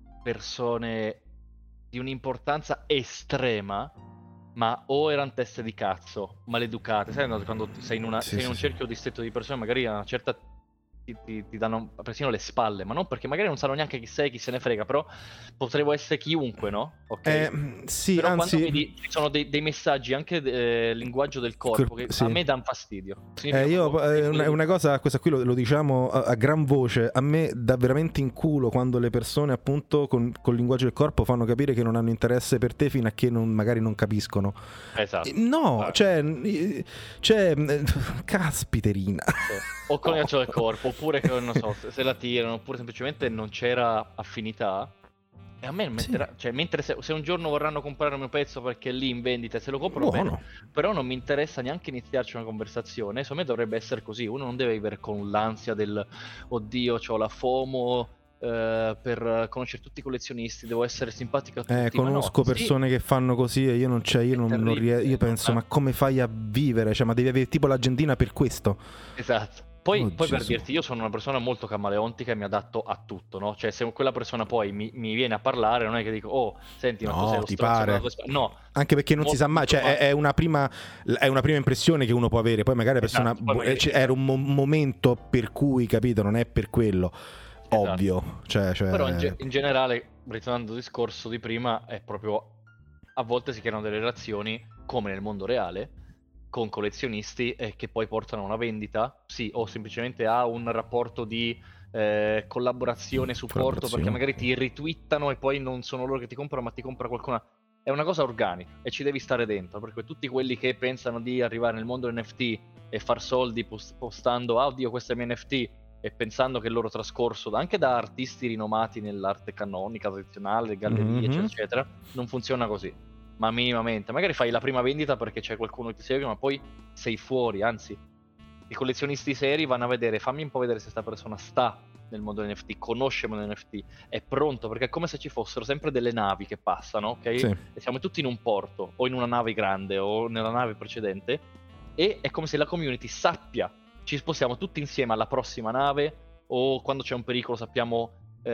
[SPEAKER 2] persone di un'importanza estrema, ma o erano teste di cazzo, maleducate, sai quando sei in, una,
[SPEAKER 1] Sì,
[SPEAKER 2] sei in
[SPEAKER 1] sì,
[SPEAKER 2] un
[SPEAKER 1] sì.
[SPEAKER 2] cerchio distretto di persone, magari a una certa ti, ti- ti danno persino le spalle, ma non perché magari non sanno neanche chi sei, chi se ne frega, però potrebbero essere chiunque, no? Ok?
[SPEAKER 1] Eh, sì,
[SPEAKER 2] Però
[SPEAKER 1] anzi,
[SPEAKER 2] quando vedi, ci sono dei, dei messaggi, anche eh, linguaggio del corpo, che
[SPEAKER 1] sì.
[SPEAKER 2] a me danno fastidio. Significa
[SPEAKER 1] Eh, io,
[SPEAKER 2] proprio-
[SPEAKER 1] eh, una, una cosa, questa qui lo, lo diciamo a, a gran voce, a me dà veramente in culo quando le persone appunto con, col linguaggio del corpo fanno capire che non hanno interesse per te fino a che non, magari non capiscono.
[SPEAKER 2] Esatto.
[SPEAKER 1] Eh, No,
[SPEAKER 2] Ah.
[SPEAKER 1] cioè, eh, cioè, eh, caspiterina.
[SPEAKER 2] O con il linguaggio del corpo, oppure che non so, se, se la tirano, oppure semplicemente non c'era affinità. E a me non
[SPEAKER 1] Sì.
[SPEAKER 2] metterà, cioè, mentre se, se un giorno vorranno comprare il mio pezzo perché è lì in vendita e se lo compro
[SPEAKER 1] Buono.
[SPEAKER 2] bene, però non mi interessa neanche iniziarci una conversazione. Secondo me dovrebbe essere così. Uno non deve vivere con l'ansia del oddio, c'ho la FOMO eh, per conoscere tutti i collezionisti, devo essere simpatico a tutti.
[SPEAKER 1] Eh,
[SPEAKER 2] ma no,
[SPEAKER 1] conosco
[SPEAKER 2] sì,
[SPEAKER 1] persone che fanno così e io non c'è, io
[SPEAKER 2] È
[SPEAKER 1] non, non
[SPEAKER 2] terribile,
[SPEAKER 1] rie- io penso,
[SPEAKER 2] non-
[SPEAKER 1] ma come fai a vivere? Cioè, ma devi avere tipo l'agendina per questo.
[SPEAKER 2] Esatto. Poi,
[SPEAKER 1] Oh,
[SPEAKER 2] poi per
[SPEAKER 1] Gesù.
[SPEAKER 2] dirti, io sono una persona molto camaleontica e mi adatto a tutto, no? Cioè, se quella persona poi mi, mi viene a parlare, non è che dico, oh, senti, ma
[SPEAKER 1] No,
[SPEAKER 2] cos'è lo
[SPEAKER 1] ti
[SPEAKER 2] stronzo
[SPEAKER 1] pare.
[SPEAKER 2] della tua spalla?" No,
[SPEAKER 1] Anche perché non si
[SPEAKER 2] molto
[SPEAKER 1] sa mai, cioè
[SPEAKER 2] molto
[SPEAKER 1] è, è una prima, è una prima impressione che uno può avere, poi magari la persona
[SPEAKER 2] Esatto, poi
[SPEAKER 1] boh,
[SPEAKER 2] magari-
[SPEAKER 1] eh, c- era un mo- momento per cui, capito, non è per quello,
[SPEAKER 2] Esatto.
[SPEAKER 1] ovvio, cioè, cioè
[SPEAKER 2] Però in, ge- in generale, ritornando al discorso di prima, è proprio a volte si creano delle relazioni, come nel mondo reale, con collezionisti eh, che poi portano a una vendita, sì, o semplicemente a un rapporto di eh, collaborazione, supporto,
[SPEAKER 1] Collaborazione.
[SPEAKER 2] perché magari ti retweetano e poi non sono loro che ti comprano, ma ti compra qualcuno. È una cosa organica e ci devi stare dentro, perché tutti quelli che pensano di arrivare nel mondo N F T e far soldi post- postando, ah oddio, questo è il mio N F T, e pensando che il loro trascorso, anche da artisti rinomati nell'arte canonica, tradizionale, gallerie,
[SPEAKER 1] Mhm.
[SPEAKER 2] eccetera, eccetera, non funziona così. Ma minimamente. Magari fai la prima vendita perché c'è qualcuno che ti segue, ma poi sei fuori. Anzi, i collezionisti seri vanno a vedere, fammi un po' vedere se sta persona sta nel mondo dell'N F T, conosce il mondo dell'N F T, è pronto, perché è come se ci fossero sempre delle navi che passano, ok?
[SPEAKER 1] Sì.
[SPEAKER 2] E siamo tutti in un porto, o in una nave grande, o nella nave precedente, e è come se la community sappia, ci spostiamo tutti insieme alla prossima nave, o quando c'è un pericolo sappiamo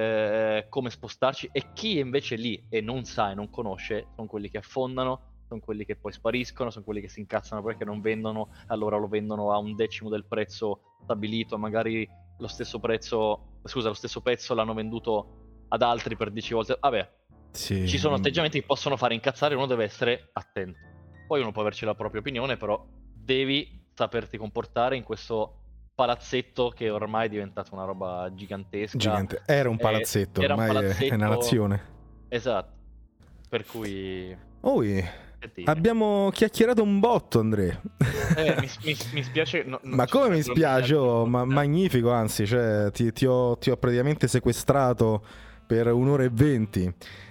[SPEAKER 2] eh, come spostarci, e chi è invece lì e non sa e non conosce sono quelli che affondano, sono quelli che poi spariscono, sono quelli che si incazzano perché non vendono, allora lo vendono a un decimo del prezzo stabilito, magari lo stesso prezzo, scusa, lo stesso pezzo l'hanno venduto ad altri per dieci volte. Vabbè,
[SPEAKER 1] Sì.
[SPEAKER 2] ci sono atteggiamenti che possono fare incazzare, uno deve essere attento. Poi uno può averci la propria opinione, però devi saperti comportare in questo palazzetto che ormai è diventato una roba gigantesca.
[SPEAKER 1] Gigante. Era un
[SPEAKER 2] Eh,
[SPEAKER 1] palazzetto,
[SPEAKER 2] era un
[SPEAKER 1] ormai è-
[SPEAKER 2] palazzetto-
[SPEAKER 1] è una nazione.
[SPEAKER 2] Esatto. Per cui...
[SPEAKER 1] Oi,
[SPEAKER 2] che dire.
[SPEAKER 1] abbiamo chiacchierato un botto, Andrea.
[SPEAKER 2] Eh, mi, mi, mi spiace... no- non
[SPEAKER 1] Ma
[SPEAKER 2] ci
[SPEAKER 1] come mi
[SPEAKER 2] sono
[SPEAKER 1] spiace, oh,
[SPEAKER 2] problemi.
[SPEAKER 1] ma magnifico, anzi, cioè, ti, ti ho, ti ho praticamente sequestrato per un'ora e venti.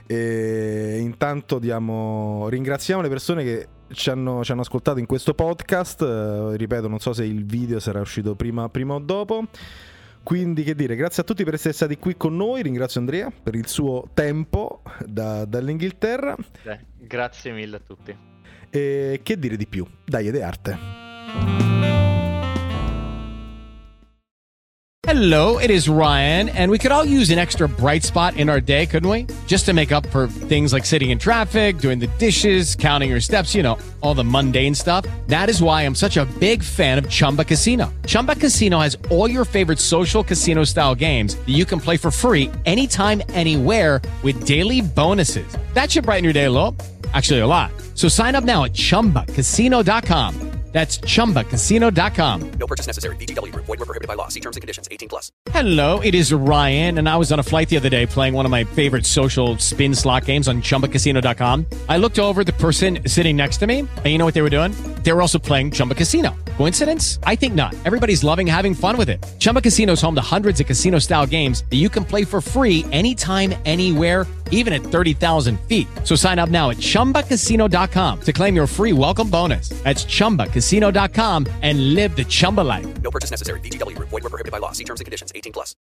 [SPEAKER 1] E intanto diamo, ringraziamo le persone che ci hanno, ci hanno ascoltato in questo podcast. Eh, ripeto, non so se il video sarà uscito prima, prima o dopo. Quindi, che dire, grazie a tutti per essere stati qui con noi. Ringrazio Andrea per il suo tempo da- dall'Inghilterra.
[SPEAKER 2] Eh, grazie mille a tutti.
[SPEAKER 1] E che dire di più? Dai, ed è arte.
[SPEAKER 5] Hello, it is Ryan, and we could all use an extra bright spot in our day, couldn't we? Just to make up for things like sitting in traffic, doing the dishes, counting your steps, you know, all the mundane stuff. That is why I'm such a big fan of Chumba Casino. Chumba Casino has all your favorite social casino style games that you can play for free anytime, anywhere with daily bonuses. That should brighten your day a little. Actually, a lot. So sign up now at chumba casino dot com. That's chumba casino dot com.
[SPEAKER 6] No purchase necessary. V G W Group. Void where prohibited by law. See terms and conditions. eighteen plus.
[SPEAKER 5] Hello, it is Ryan, and I was on a flight the other day playing one of my favorite social spin slot games on chumba casino dot com. I looked over at the person sitting next to me, and you know what they were doing? They were also playing Chumba Casino. Coincidence? I think not. Everybody's loving having fun with it. Chumba Casino is home to hundreds of casino-style games that you can play for free anytime, anywhere, even at thirty thousand feet. So sign up now at chumba casino dot com to claim your free welcome bonus. That's chumba casino dot com and live the Chumba life.
[SPEAKER 6] No purchase necessary. V G W Group. Void where prohibited by law. See terms and conditions. eighteen plus.